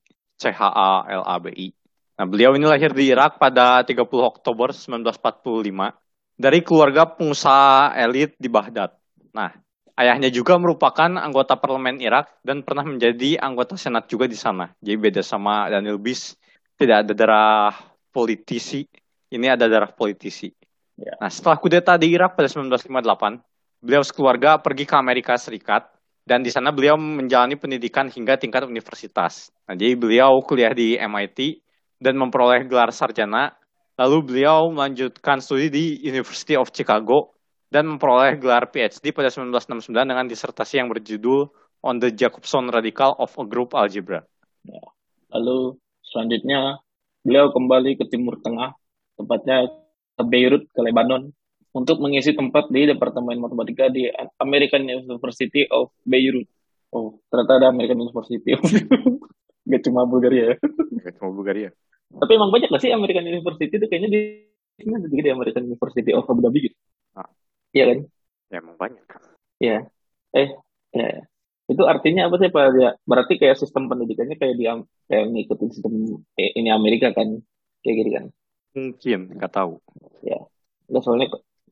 Chalabi. Nah, beliau ini lahir di Irak pada 30 Oktober 1945 dari keluarga pengusaha elit di Baghdad. Nah, ayahnya juga merupakan anggota parlemen Irak dan pernah menjadi anggota senat juga di sana. Jadi beda sama Daniel Bis, tidak ada darah politisi, ini ada darah politisi. ya, Nah, setelah kudeta di Irak pada 1958, beliau sekeluarga pergi ke Amerika Serikat dan di sana beliau menjalani pendidikan hingga tingkat universitas. Nah, jadi beliau kuliah di MIT dan memperoleh gelar sarjana. Lalu beliau melanjutkan studi di University of Chicago dan memperoleh gelar PhD pada 1969 dengan disertasi yang berjudul On the Jacobson Radical of a Group Algebra. ya. Lalu selanjutnya beliau kembali ke Timur Tengah, tepatnya ke Beirut, ke Lebanon, untuk mengisi tempat di Departemen Matematika di American University of Beirut. Oh, ternyata ada American University of Gak cuma Bulgaria ya. Cuma Bulgaria. Tapi emang banyak gak sih American University itu, kayaknya di sini ada juga di American University of Abu Dhabi gitu. Nah, Iya kan? ya emang banyak. Iya. Eh, ya, ya. Itu artinya apa sih Pak? Ya, berarti kayak sistem pendidikannya kayak kayak ngikutin sistem ini Amerika kan. Kayak gitu kan. Mungkin, nggak tahu. Ya. Nggak, soalnya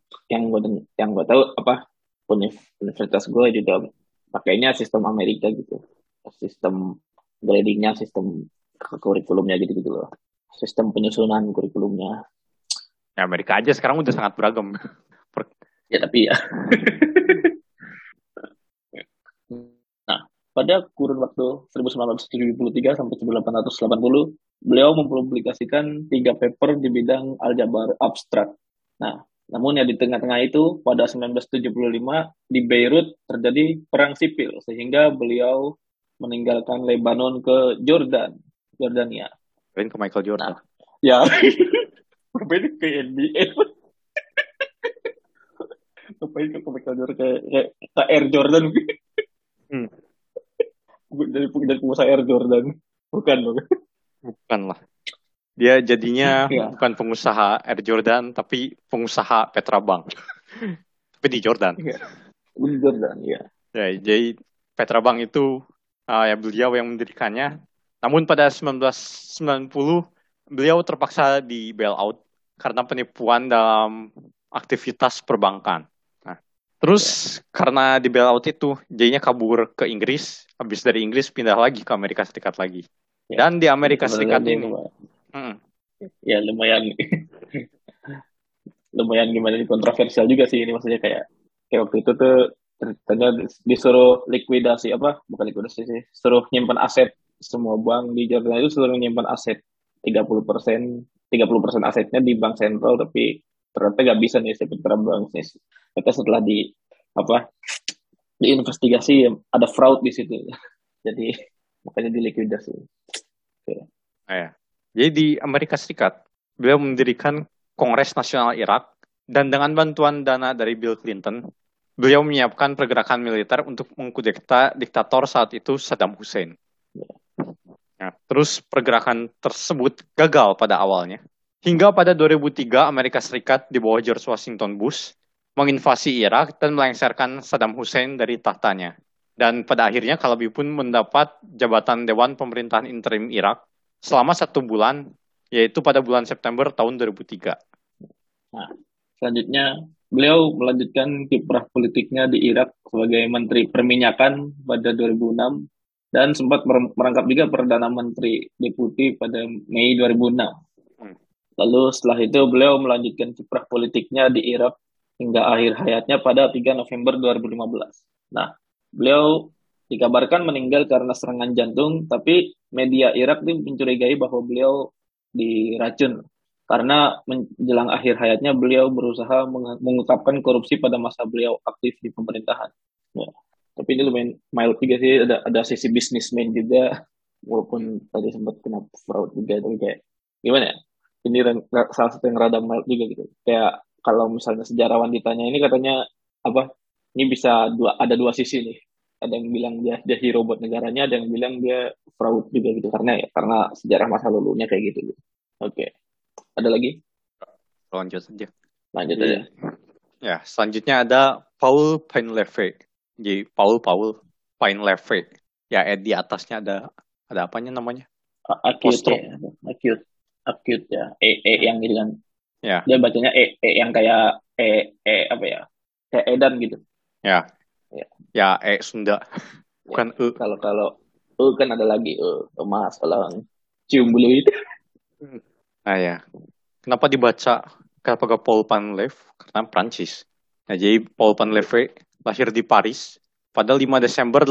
yang gue tahu apa, universitas gue juga pakainya sistem Amerika gitu. Sistem gradingnya, sistem kurikulumnya gitu-gitu loh. Sistem penyusunan kurikulumnya. Ya, Amerika aja sekarang udah sangat beragam. Ya tapi ya. Nah, pada kurun waktu 1973 sampai 1880, beliau mempublikasikan 3 paper di bidang aljabar abstrak. Nah, namun ya di tengah-tengah itu, pada 1975 di Beirut terjadi perang sipil, sehingga beliau meninggalkan Lebanon ke Jordania. Keren ke Michael Jordan. Nah, ya, berbeda ke NBA. Ngapain ke Michael Jordan, kayak Air Jordan. Hmm, Dari pengusaha Air Jordan. Bukan dong. bukan lah. Dia jadinya Ya, bukan pengusaha Air Jordan, tapi pengusaha Petra Bank. Tapi di Jordan. ya. Jordan, ya. Ya, jadi Petra Bank itu ya beliau yang mendirikannya. Namun pada 1990 beliau terpaksa di bailout karena penipuan dalam aktivitas perbankan. Nah, Ya. terus karena di bailout itu jadinya kabur ke Inggris, habis dari Inggris pindah lagi ke Amerika Serikat lagi. Ya, Dan di jadi Amerika sebenarnya Serikat dia ini, lumayan, hmm, ya lumayan, lumayan gimana nih, kontroversial juga sih ini, maksudnya kayak kayak waktu itu tuh ceritanya disuruh likuidasi, apa bukan likuidasi sih, suruh nyimpan aset, semua bank di Jordan itu suruh nyimpan aset 30%, 30% asetnya di bank sentral, tapi ternyata nggak bisa nih sekitar bank nih. Ternyata setelah apa diinvestigasi ada fraud di situ. Jadi makanya dilikuidasi. Oke. ya. Jadi di Amerika Serikat, beliau mendirikan Kongres Nasional Irak dan dengan bantuan dana dari Bill Clinton, beliau menyiapkan pergerakan militer untuk mengkudeta diktator saat itu Saddam Hussein. Nah, terus pergerakan tersebut gagal pada awalnya. Hingga pada 2003, Amerika Serikat di bawah George Washington Bush menginvasi Irak dan melengsarkan Saddam Hussein dari tahtanya. Dan pada akhirnya Kalabi pun mendapat jabatan Dewan Pemerintahan Interim Irak selama 1 bulan, yaitu pada bulan September tahun 2003. Nah, selanjutnya beliau melanjutkan kiprah politiknya di Irak sebagai Menteri Perminyakan pada 2006 dan sempat merangkap juga Perdana Menteri Deputi pada Mei 2006. Lalu setelah itu beliau melanjutkan kiprah politiknya di Irak hingga akhir hayatnya pada 3 November 2015. Nah, beliau dikabarkan meninggal karena serangan jantung, tapi media Irak mencurigai bahwa beliau diracun karena menjelang akhir hayatnya beliau berusaha mengungkapkan korupsi pada masa beliau aktif di pemerintahan. Ya. Tapi ini lumayan mild juga sih, ada sisi bisnismen juga, walaupun tadi sempat kena fraud juga, tapi kayak gimana ya? Ini salah satu yang rada mild juga gitu. Kayak kalau misalnya sejarawan ditanya ini katanya apa? Ini bisa ada dua sisi nih. Ada yang bilang dia hero buat negaranya, ada yang bilang dia fraud juga gitu karena sejarah masa lalunya kayak gitu. Oke. Ada lagi? Lanjut saja. Lanjut aja. Ya, selanjutnya ada Paul Painlevé. Jadi Paul Painlevé. Ya, di atasnya ada apanya namanya? Acute ya. Acute ya. Yang gitu kan. Ya. Dia bacanya yang kayak apa ya? Kayak edan gitu. Ya. Ya, Sunda. Bukan ya. Kalau kan ada lagi emas kalau cium bulu itu. Nah ya. Kenapa dibaca Paul Painlevé? Karena Prancis. Nah, jadi Paul Painlevé lahir di Paris pada 5 Desember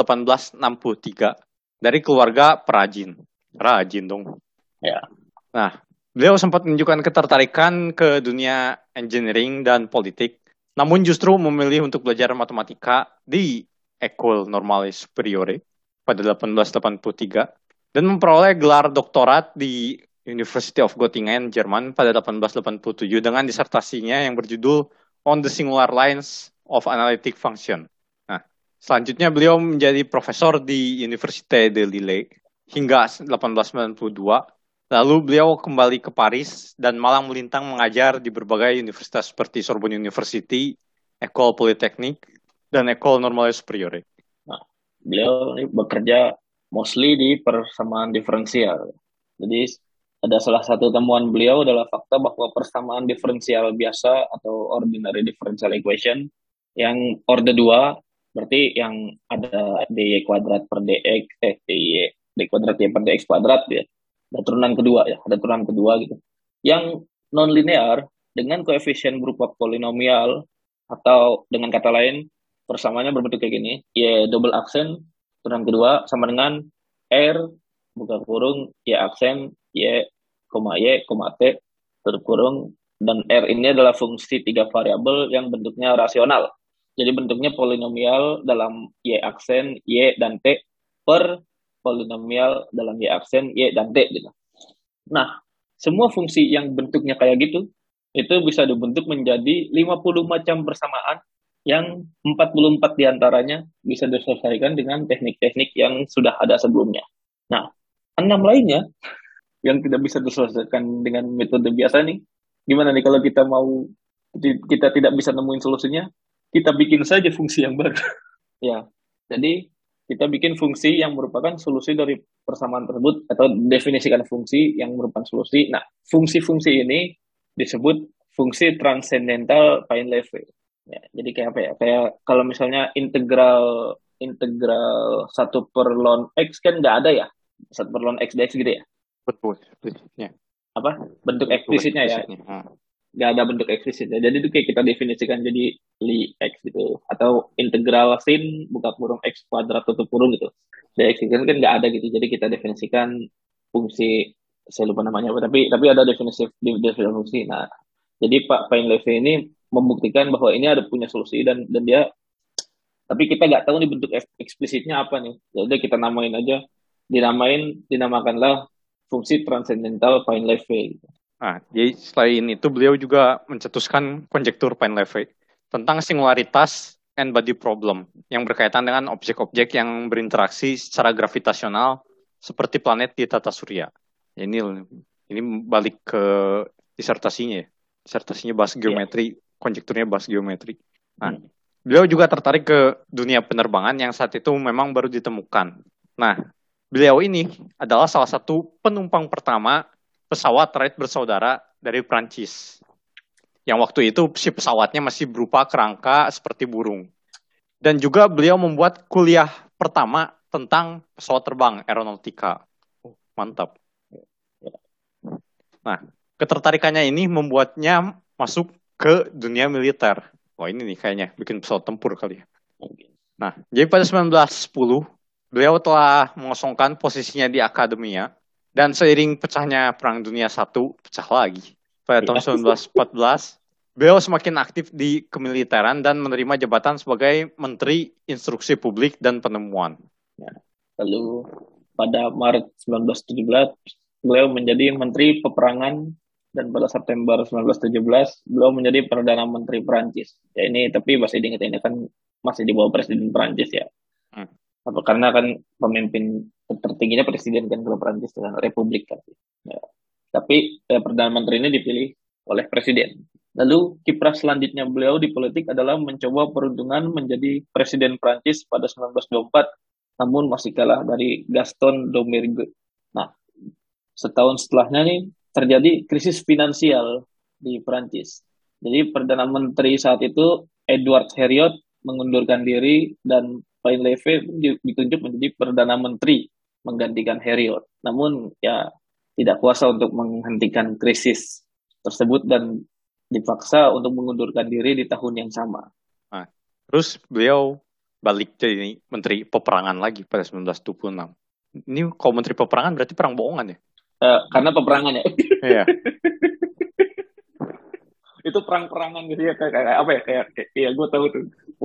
1863 dari keluarga perajin. Rajin dong. Ya. Nah, beliau sempat menunjukkan ketertarikan ke dunia engineering dan politik, namun justru memilih untuk belajar matematika di École Normale Supérieure pada 1883 dan memperoleh gelar doktorat di University of Göttingen, Jerman pada 1887 dengan disertasinya yang berjudul On the Singular Lines of Analytic Function. Nah, selanjutnya beliau menjadi profesor di Université de Lille hingga 1892. Lalu beliau kembali ke Paris dan malang melintang mengajar di berbagai universitas seperti Sorbonne University, École Polytechnique, dan École Normale Supérieure. Nah, beliau ini bekerja mostly di persamaan diferensial. Jadi ada salah satu temuan beliau adalah fakta bahwa persamaan diferensial biasa atau ordinary differential equation yang orde 2 berarti yang ada dy kuadrat per dx dy kuadrat y per dx kuadrat ya. Ada turunan kedua gitu. Yang non linear dengan koefisien berupa polinomial atau dengan kata lain persamaannya berbentuk kayak gini, y double aksen turunan kedua sama dengan r buka kurung y aksen y, t tutup kurung, dan r ini adalah fungsi 3 variabel yang bentuknya rasional. Jadi bentuknya polinomial dalam y aksen y dan t per polinomial dalam y aksen y dan t gitu. Nah, semua fungsi yang bentuknya kayak gitu itu bisa dibentuk menjadi 50 macam persamaan yang 44 diantaranya bisa diselesaikan dengan teknik-teknik yang sudah ada sebelumnya. Nah, 6 lainnya yang tidak bisa diselesaikan dengan metode biasa nih, gimana nih kalau kita tidak bisa nemuin solusinya, kita bikin saja fungsi yang baru. Ya, jadi kita bikin fungsi yang merupakan solusi dari persamaan tersebut atau definisikan fungsi yang merupakan solusi. Nah, fungsi-fungsi ini disebut fungsi transcendental Painlevé. Ya, jadi kayak apa ya? Kayak kalau misalnya integral 1/ln x kan nggak ada ya? 1/ln x dx gitu ya? Betul. Ya. Apa? Bentuk eksplisitnya ya? Nggak ada bentuk eksplisitnya. Jadi itu kayak kita definisikan jadi li x gitu. Atau integral sin buka kurung x kuadrat tutup kurung gitu. Dx kan nggak ada gitu. Jadi kita definisikan fungsi, saya lupa namanya apa, tapi ada definisi fungsi. Nah, jadi Pak Painlevé ini membuktikan bahwa ini ada punya solusi dan dia, tapi kita nggak tahu nih bentuk eksplisitnya apa nih. Jadi kita namain aja, dinamakanlah fungsi transcendental Painlevé. Nah, jadi selain itu beliau juga mencetuskan konjektur Painlevé tentang singularitas and body problem yang berkaitan dengan objek-objek yang berinteraksi secara gravitasional seperti planet di tata surya. Ini balik ke disertasinya ya. Disertasinya bahas Iya. geometri, konjekturnya bahas geometri. Nah, beliau juga tertarik ke dunia penerbangan yang saat itu memang baru ditemukan. Nah, beliau ini adalah salah satu penumpang pertama pesawat Wright bersaudara dari Prancis. Yang waktu itu si pesawatnya masih berupa kerangka seperti burung. Dan juga beliau membuat kuliah pertama tentang pesawat terbang aeronautika. Mantap. Nah, ketertarikannya ini membuatnya masuk ke dunia militer. Wah, ini nih kayaknya bikin pesawat tempur kali ya. Nah, jadi pada 1910, beliau telah mengosongkan posisinya di akademia, dan seiring pecahnya Perang Dunia I, pecah lagi. Pada tahun 1914, beliau semakin aktif di kemiliteran dan menerima jabatan sebagai Menteri Instruksi Publik dan Penemuan. Lalu pada Maret 1917 beliau menjadi Menteri Peperangan, dan pada September 1917 beliau menjadi Perdana Menteri Perancis. Ya ini tapi masih diingat ini kan masih di bawah Presiden Perancis ya. Apa karena kan pemimpin tertingginya presiden kan kalau Perancis dengan Republik kan. Ya. Tapi Perdana Menteri ini dipilih oleh Presiden. Lalu kiprah selanjutnya beliau di politik adalah mencoba peruntungan menjadi Presiden Prancis pada 1924, namun masih kalah dari Gaston Doumergue. Nah, setahun setelahnya nih terjadi krisis finansial di Prancis. Jadi Perdana Menteri saat itu Edward Herriot mengundurkan diri dan Painlevé ditunjuk menjadi Perdana Menteri menggantikan Herriot. Namun ya tidak kuasa untuk menghentikan krisis tersebut dan dipaksa untuk mengundurkan diri di tahun yang sama. Nah, terus beliau balik jadi Menteri Peperangan lagi pada 1926. Ini kalau Menteri Peperangan berarti perang bohongan ya? Karena peperangan ya. Iya. Itu perang-perangan gitu ya kayak apa ya kayak iya gue tahu tuh.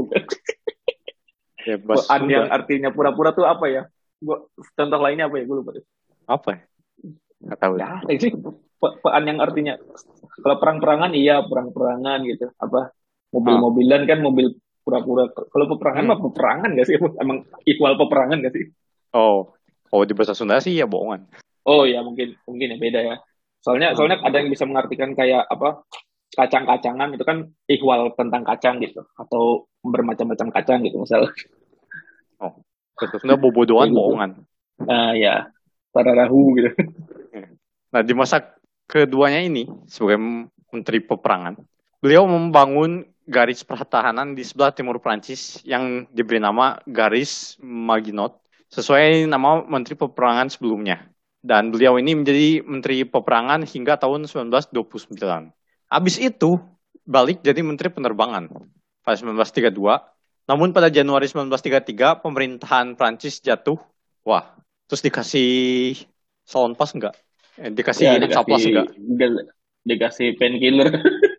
Ya, Pean yang artinya pura-pura tuh apa ya? Gua contoh lainnya apa ya? Gue lupa deh. apa ya? Nggak tahu. Ya, sih pean yang artinya kalau perang-perangan iya perang-perangan gitu. Apa mobil-mobilan kan mobil pura-pura. Kalau peperangan mah peperangan gak sih? Emang equal peperangan gak sih? Oh, kalau di bahasa Sunda sih ya bohongan. Oh ya mungkin mungkin ya beda ya. Soalnya ada yang bisa mengartikan kayak apa kacang-kacangan itu kan ihwal tentang kacang gitu atau bermacam-macam kacang gitu misal. Oh, bahasa Sunda bobodohan Kayak gitu. bohongan. Ya para rahu gitu. Nah, di masa keduanya ini sebagai Menteri Peperangan, beliau membangun garis pertahanan di sebelah timur Prancis yang diberi nama Garis Maginot sesuai nama Menteri Peperangan sebelumnya. Dan beliau ini menjadi Menteri Peperangan hingga tahun 1929. Habis itu, balik jadi Menteri Penerbangan pada 1932. Namun pada Januari 1933, pemerintahan Prancis jatuh. Wah, terus dikasih salon pas enggak? Dikasih hensaplas enggak? Dikasih painkiller.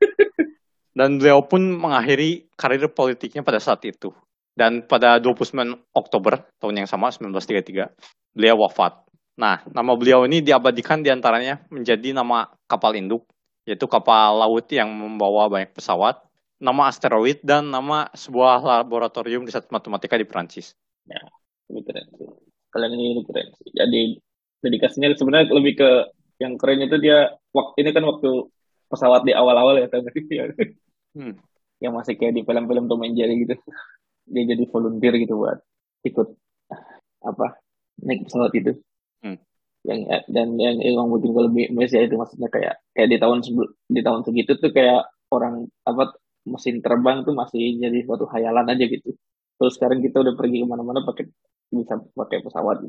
Dan beliau pun mengakhiri karir politiknya pada saat itu. Dan pada 29 Oktober tahun yang sama, 1933, beliau wafat. Nah, nama beliau ini diabadikan diantaranya menjadi nama kapal induk, yaitu kapal laut yang membawa banyak pesawat, nama asteroid, dan nama sebuah laboratorium riset matematika di Perancis. Ya, lebih keren sih. Kalian ini lebih keren sih. Jadi dedikasinya sebenarnya lebih ke yang keren itu dia ini kan waktu pesawat di awal-awal ya tahu nggak sih? Yang masih kayak di film-film Tom and Jerry gitu. Dia jadi volunteer gitu buat ikut apa naik pesawat itu. Yang dan yang bikin gue lebih amazed ya itu maksudnya kayak di tahun segitu tuh kayak orang apa mesin terbang tuh masih jadi suatu khayalan aja gitu. Terus sekarang kita udah pergi kemana-mana bisa pakai pesawat.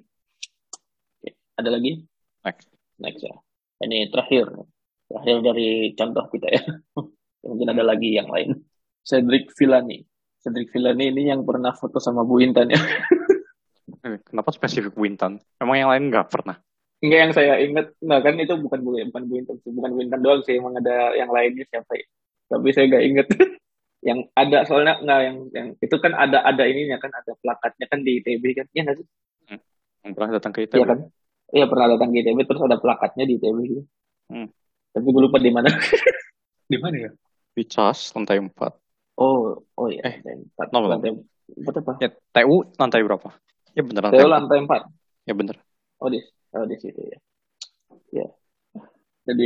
Oke, ada lagi? Next ya. Ini terakhir dari contoh kita ya. Mungkin ada lagi yang lain. Cedric Villani. Cedric Villani ini yang pernah foto sama Bu Intan ya. Kenapa spesifik Bu Intan? Emang yang lain nggak pernah? Enggak yang saya ingat, nggak kan itu bukan Bu Intan, bukan Bu Intan doang sih, emang ada yang lainnya siapa ya. Tapi saya nggak inget. Yang ada soalnya nggak yang itu kan ada ininya kan ada plakatnya kan di ITB kan, iya nggak sih? Pernah datang ke ITB? Iya kan? Iya pernah datang ke ITB terus ada plakatnya di ITB gitu. Tapi gue lupa di mana. Di mana ya? Di CAS lantai 4. Oh iya, lantai 4 apa? Ya, TU lantai berapa? Ya bener TU lantai 4. Ya bener. Oh di situ ya. Ya. Jadi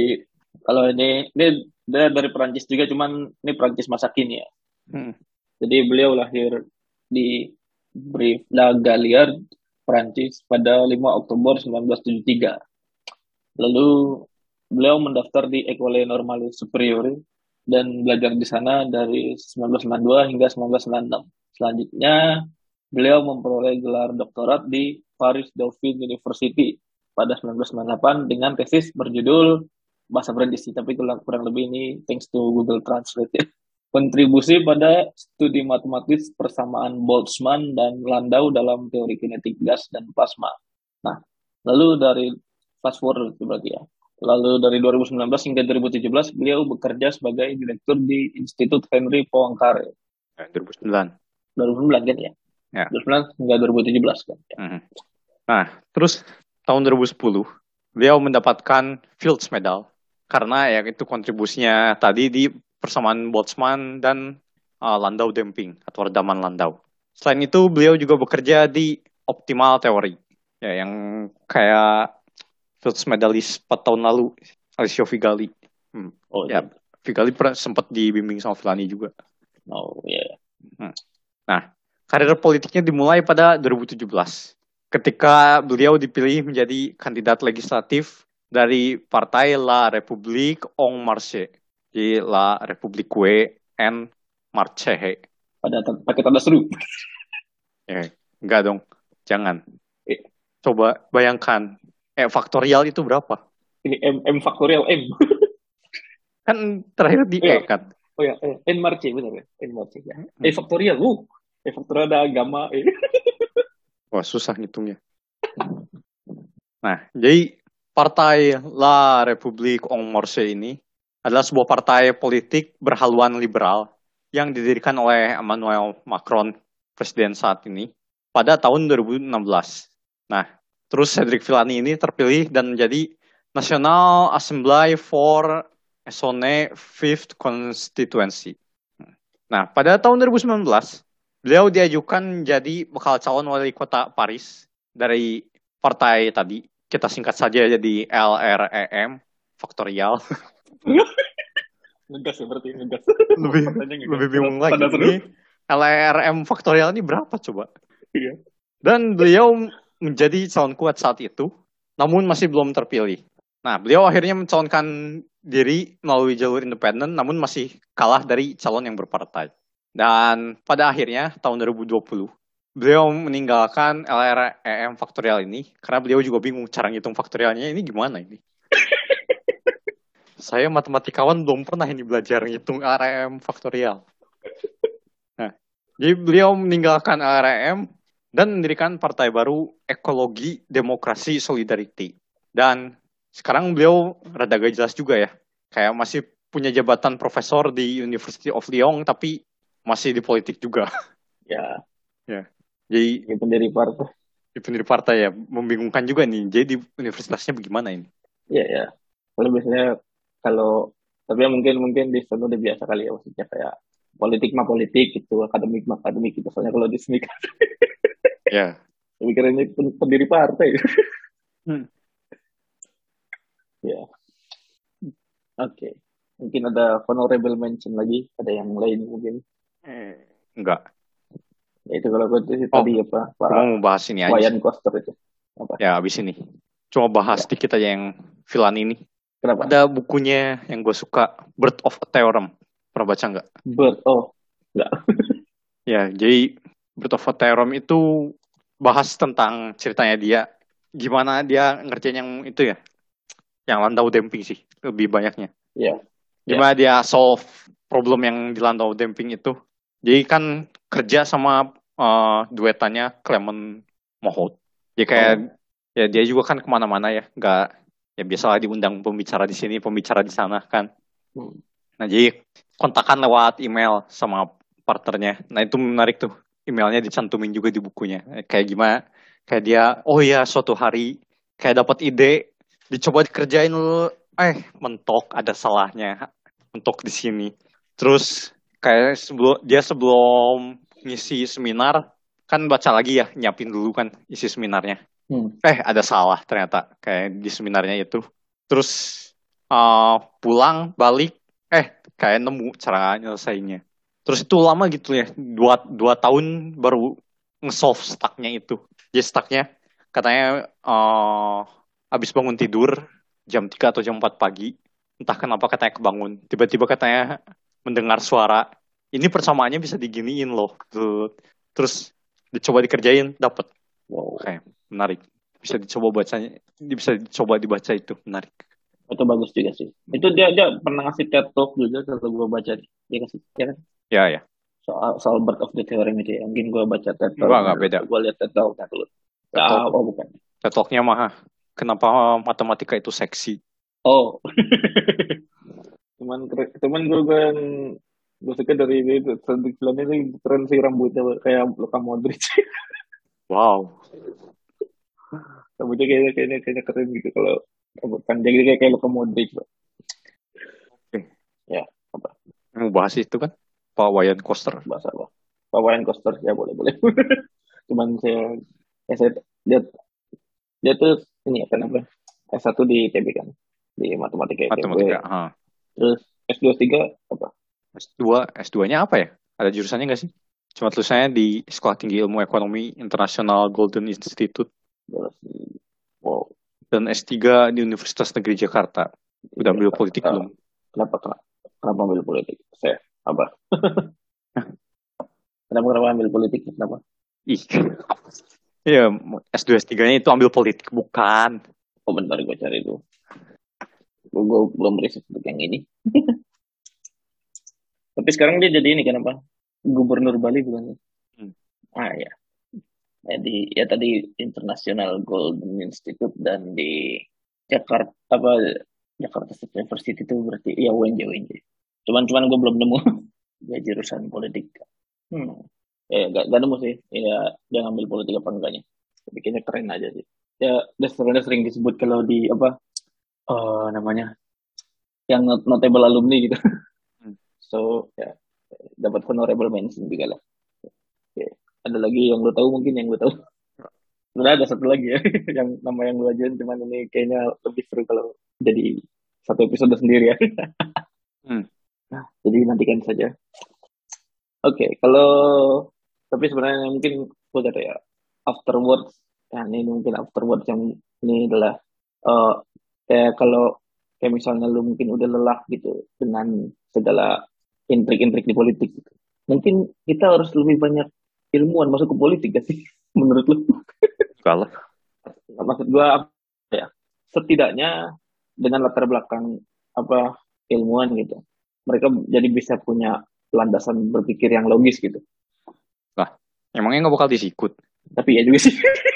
Kalau ini dia dari Perancis juga, cuman ini Perancis masa kini ya. Hmm. Jadi beliau lahir di Brive la Gaillarde, Perancis pada 5 Oktober 1973. Lalu beliau mendaftar di École Normale Supérieure dan belajar di sana dari 1992 hingga 1996. Selanjutnya, beliau memperoleh gelar doktorat di Paris Dauphine University pada 1998 dengan tesis berjudul bahasa Prancis sih, tapi kurang lebih ini thanks to Google Translate ya. Kontribusi pada studi matematis persamaan Boltzmann dan Landau dalam teori kinetik gas dan plasma. Nah, lalu dari fast forward berarti ya. Lalu dari 2019 hingga 2017 beliau bekerja sebagai direktur di Institut Henry Poincaré. 2009. 2009 kan ya? Ya. 2009 hingga 2017 kan. Ya. Nah, terus tahun 2010 beliau mendapatkan Fields Medal karena ya itu kontribusinya tadi di persamaan Boltzmann dan Landau damping atau redaman Landau. Selain itu beliau juga bekerja di Optimal Theory ya yang kayak Fields Medalist 4 tahun lalu Alessio Vigali. Oh ya, iya. Vigali pernah sempat dibimbing sama Villani juga. Oh iya. Nah, karir politiknya dimulai pada 2017 ketika beliau dipilih menjadi kandidat legislatif dari Partai La République En Marche di La République En Marche. Pakai tanda seru. Enggak dong, jangan. Eh, Coba bayangkan, faktorial itu berapa? Ini M faktorial M. Kan terakhir di Oh ya, kan? oh ya, N Marche benar ya, N Marche ya. Faktorial, faktorial ada gamma. Wah, susah ngitungnya. Nah, jadi Partai La République En Marche ini adalah sebuah partai politik berhaluan liberal yang didirikan oleh Emmanuel Macron, presiden saat ini, pada tahun 2016. Nah, terus Cédric Villani ini terpilih dan menjadi National Assembly for Essonne Fifth Constituency. Nah, pada tahun 2019, beliau diajukan menjadi bakal calon wali kota Paris dari partai tadi. Kita singkat saja jadi LREM, faktorial. Ngegas ya berarti, ngegas. Lebih bingung lagi. Ini LRM faktorial ini berapa coba? Iya. Dan beliau menjadi calon kuat saat itu, namun masih belum terpilih. Nah, beliau akhirnya mencalonkan diri melalui jalur independen, namun masih kalah dari calon yang berpartai. Dan pada akhirnya, tahun 2020, beliau meninggalkan LREM faktorial ini, karena beliau juga bingung cara ngitung faktorialnya ini gimana ini. Saya matematikawan belum pernah ini belajar ngitung LREM faktorial. Nah, jadi beliau meninggalkan LREM dan mendirikan partai baru Ekologi Demokrasi Solidarity. Dan sekarang beliau rada gak jelas juga ya. Kayak masih punya jabatan profesor di University of Lyon, tapi masih di politik juga. Ya. Jadi Ini pendiri partai. di pendiri partai ya, membingungkan juga nih. Jadi di universitasnya bagaimana ini? Iya ya. Kalau biasanya tapi ya mungkin di sana udah biasa kali ya, maksudnya kayak politik mah politik gitu, akademik mah akademik gitu. Soalnya kalau di sini kan Ya. pikirannya pendiri partai. Ya. Oke. Mungkin ada honorable mention lagi, ada yang lain mungkin. Enggak. Ya itu kalau gue tadi apa Pak Cuma mau bahas ini aja Wayan sih. Koster itu. Apa? Ya, abis ini. Cuma bahas sedikit aja yang Villani ini. Kenapa? Ada bukunya yang gue suka, Birth of a Theorem. Pernah baca nggak? Nggak. Ya, jadi Birth of a Theorem itu bahas tentang ceritanya dia. Gimana dia ngerjain yang itu ya. Yang Landau damping sih, lebih banyaknya. Iya. Gimana dia solve problem yang di Landau damping itu. Jadi kan kerja sama duetannya Clement Mohot. Jadi kayak ya dia juga kan kemana-mana ya, nggak ya biasalah diundang pembicara di sini, pembicara di sana kan. Nah jadi kontakan lewat email sama partnernya. Nah itu menarik tuh, emailnya dicantumin juga di bukunya. Kayak gimana? Kayak dia, oh ya suatu hari kayak dapat ide, dicoba dikerjain dulu, mentok ada salahnya, mentok di sini. Terus kayak sebelum ngisi seminar kan baca lagi ya, nyiapin dulu kan isi seminarnya. Ada salah ternyata kayak di seminarnya itu. Terus pulang balik kayak nemu cara nyelesainnya. Terus itu lama gitu ya, dua tahun baru nge-solve stucknya itu. Jadi stucknya katanya abis bangun tidur jam 3 atau jam 4 pagi, entah kenapa katanya kebangun, tiba-tiba katanya mendengar suara, ini persamaannya bisa diginiin loh. Terus dicoba dikerjain, dapet. Wow, Kayak menarik. Bisa dicoba dibaca, itu menarik. itu bagus juga sih. Itu dia pernah ngasih TED Talk juga kalau gue baca. Dia kasih, ya kan? Ya, ya. Soal Birth of the Theorem itu ya. Mungkin gue baca TED Talk-nya Enggak dulu. beda. Gue lihat TED Talk-nya dulu. Ya, TED Talk, oh bukan. TED Talk-nya mah kenapa matematika itu seksi. Oh, cuman gue suka dari itu tampilannya sih keren sih rambutnya kayak Luka Modric. Wow. Rambutnya kayaknya keren gitu kalau rambut panjang gitu kayak Luka Modric, Pak. Oke. Ya, apa Mau bahas itu kan, Pak Wayan Koster. bahasa apa? Pawayan Coaster ya boleh boleh. Cuman saya dia dia tuh ini ya kenapa? S1 di ITB kan, di matematika ITB. Matematika. Terus S2 S3 apa? S2-nya apa ya? Ada jurusannya nggak sih? Cuma tulisannya di Sekolah Tinggi Ilmu Ekonomi Internasional Golden Institute. Wow, Dan S3 di Universitas Negeri Jakarta. Udah ambil politik Jakarta. belum? Kenapa ambil politik? Saya apa? Kenapa ambil politik? Kenapa? Ih. Iya, S2 S3-nya itu ambil politik, bukan. Oh bentar gue cari itu. Gue belum riset untuk yang ini. Tapi sekarang dia jadi ini kenapa? Gubernur Bali bukan? Hmm. Ah ya. Jadi ya tadi International Golden Institute dan di Jakarta apa Jakarta State University itu berarti ya UNJ. Cuman gue belum nemu ya jurusan politik. Gak nemu sih. Ya dia ngambil politik apa enggaknya. Tapi kayaknya keren aja sih. Ya dia sebenarnya sering disebut kalau di apa namanya yang notable alumni gitu. Hmm. So ya dapat honorable mention juga lah. Oke. Ada lagi yang lo tahu mungkin yang lo tahu. Sebenarnya ada satu lagi ya yang nama yang gue ajuin cuman ini kayaknya lebih seru kalau jadi satu episode sendiri ya. Hmm. Nah, jadi nantikan saja. Oke, kalau tapi sebenarnya mungkin gue kata ya afterwards, ya ini mungkin afterwards yang ini adalah eh kayak kalau kayak misalnya lu mungkin udah lelah gitu dengan segala intrik-intrik di politik gitu. Mungkin kita harus lebih banyak ilmuwan masuk ke politik gak sih menurut lu? Enggak lah. Maksud gua apa ya? Setidaknya dengan latar belakang apa ilmuwan gitu, mereka jadi bisa punya landasan berpikir yang logis gitu. Lah, emangnya nggak bakal disikut? Tapi ya juga sih.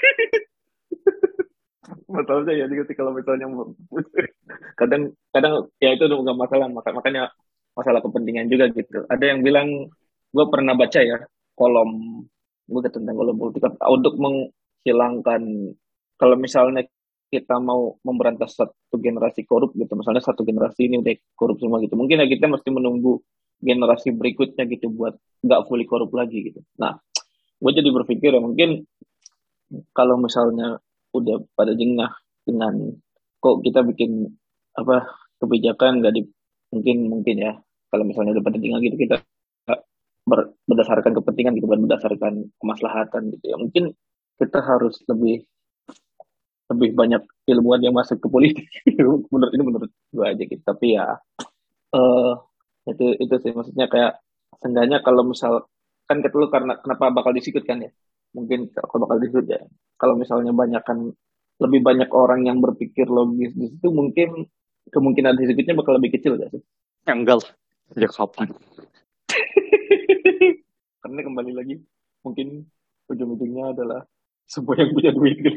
Masalahnya ya juga sih kalau misalnya kadang kadang ya itu nggak masalah makanya masalah kepentingan juga gitu. Ada yang bilang gue pernah baca ya kolom gue tentang kolom politik untuk menghilangkan kalau misalnya kita mau memberantas satu generasi korup gitu, misalnya satu generasi ini udah korup semua gitu, mungkin ya kita mesti menunggu generasi berikutnya gitu buat nggak fully korup lagi gitu. Nah, gue jadi berpikir ya mungkin kalau misalnya udah pada jengah dengan kok kita bikin apa kebijakan nggak di mungkin mungkin ya kalau misalnya udah pada jengah gitu kita berdasarkan kepentingan gitu kan berdasarkan kemaslahatan gitu ya mungkin kita harus lebih lebih banyak ilmuwan yang masuk ke politik. Menurut gue aja gitu tapi ya eh itu sih maksudnya kayak seenggaknya kalau misal kan kata lu karena kenapa bakal disikut kan ya mungkin kalau bakal disikut ya kalau misalnya banyak kan lebih banyak orang yang berpikir logis di situ mungkin kemungkinan disikutnya bakal lebih kecil gak sih? Enggak lah. Ya kapan? Karena kembali lagi mungkin ujung-ujungnya adalah semua yang punya duit gitu.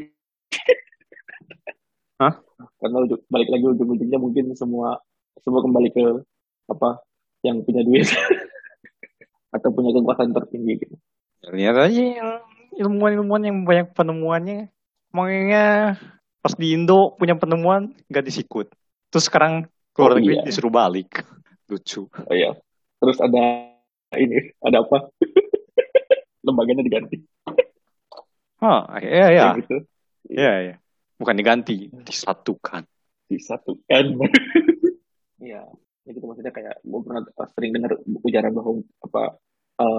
Hah? Karena balik lagi ujung-ujungnya mungkin semua semua kembali ke apa yang punya duit atau punya kekuasaan tertinggi gitu. Lihat aja yang ilmuwan-ilmuwan yang banyak penemuannya. Makanya pas di Indo punya penemuan nggak disikut. Terus sekarang ke Oh luar negeri iya, disuruh balik. Lucu. oh iya. Terus ada ini, ada apa? Lembaganya diganti. Iya, iya. Kayak gitu. Iya, Iya, iya. Bukan diganti, disatukan. disatukan. Iya, ya gitu maksudnya kayak gue pernah sering dengar ujaran bahwa apa eh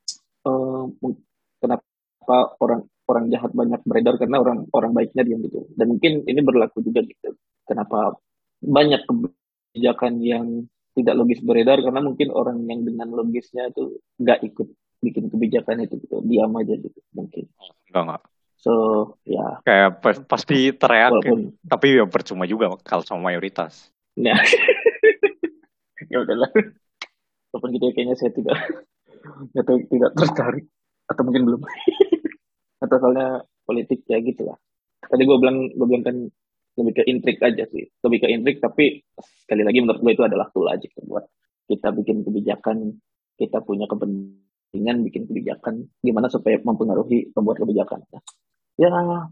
kenapa orang orang jahat banyak beredar karena orang orang baiknya diam gitu. Dan mungkin ini berlaku juga gitu. Kenapa banyak kebijakan yang tidak logis beredar karena mungkin orang yang dengan logisnya itu nggak ikut bikin kebijakan itu gitu, diam aja gitu mungkin. Enggak. So ya Kayak pasti teriak, walaupun tapi ya percuma juga kalau sama mayoritas. ya ya udahlah. Walaupun gitu ya, kayaknya saya tidak tertarik atau mungkin belum atau soalnya politik ya gitu lah. Tadi gue bilang kan lebih ke intrik aja sih, lebih ke intrik tapi sekali lagi menurut gue itu adalah tool aja gitu buat kita bikin kebijakan, kita punya kepentingan bikin kebijakan gimana supaya mempengaruhi pembuat kebijakan. Ya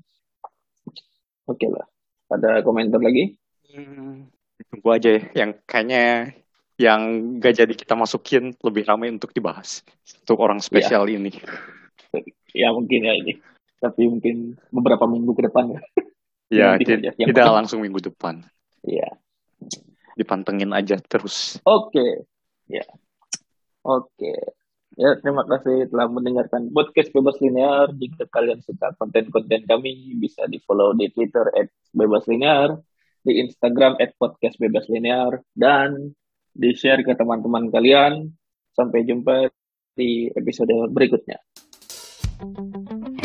oke lah. Ada komentar lagi? Tunggu aja ya, yang kayaknya yang gak jadi kita masukin lebih ramai untuk dibahas. Untuk orang Ya, spesial ini. ya mungkin ya ini. Tapi mungkin beberapa minggu ke depan ya. Ya, Nanti saja. Yang tidak penting, langsung minggu depan. ya. Dipantengin aja terus. Oke, ya, oke. Ya, terima kasih telah mendengarkan podcast Bebas Linear. Jika kalian suka konten-konten kami, bisa di-follow di Twitter @bebaslinear, di Instagram @podcastbebaslinear, dan di-share ke teman-teman kalian. Sampai jumpa di episode berikutnya.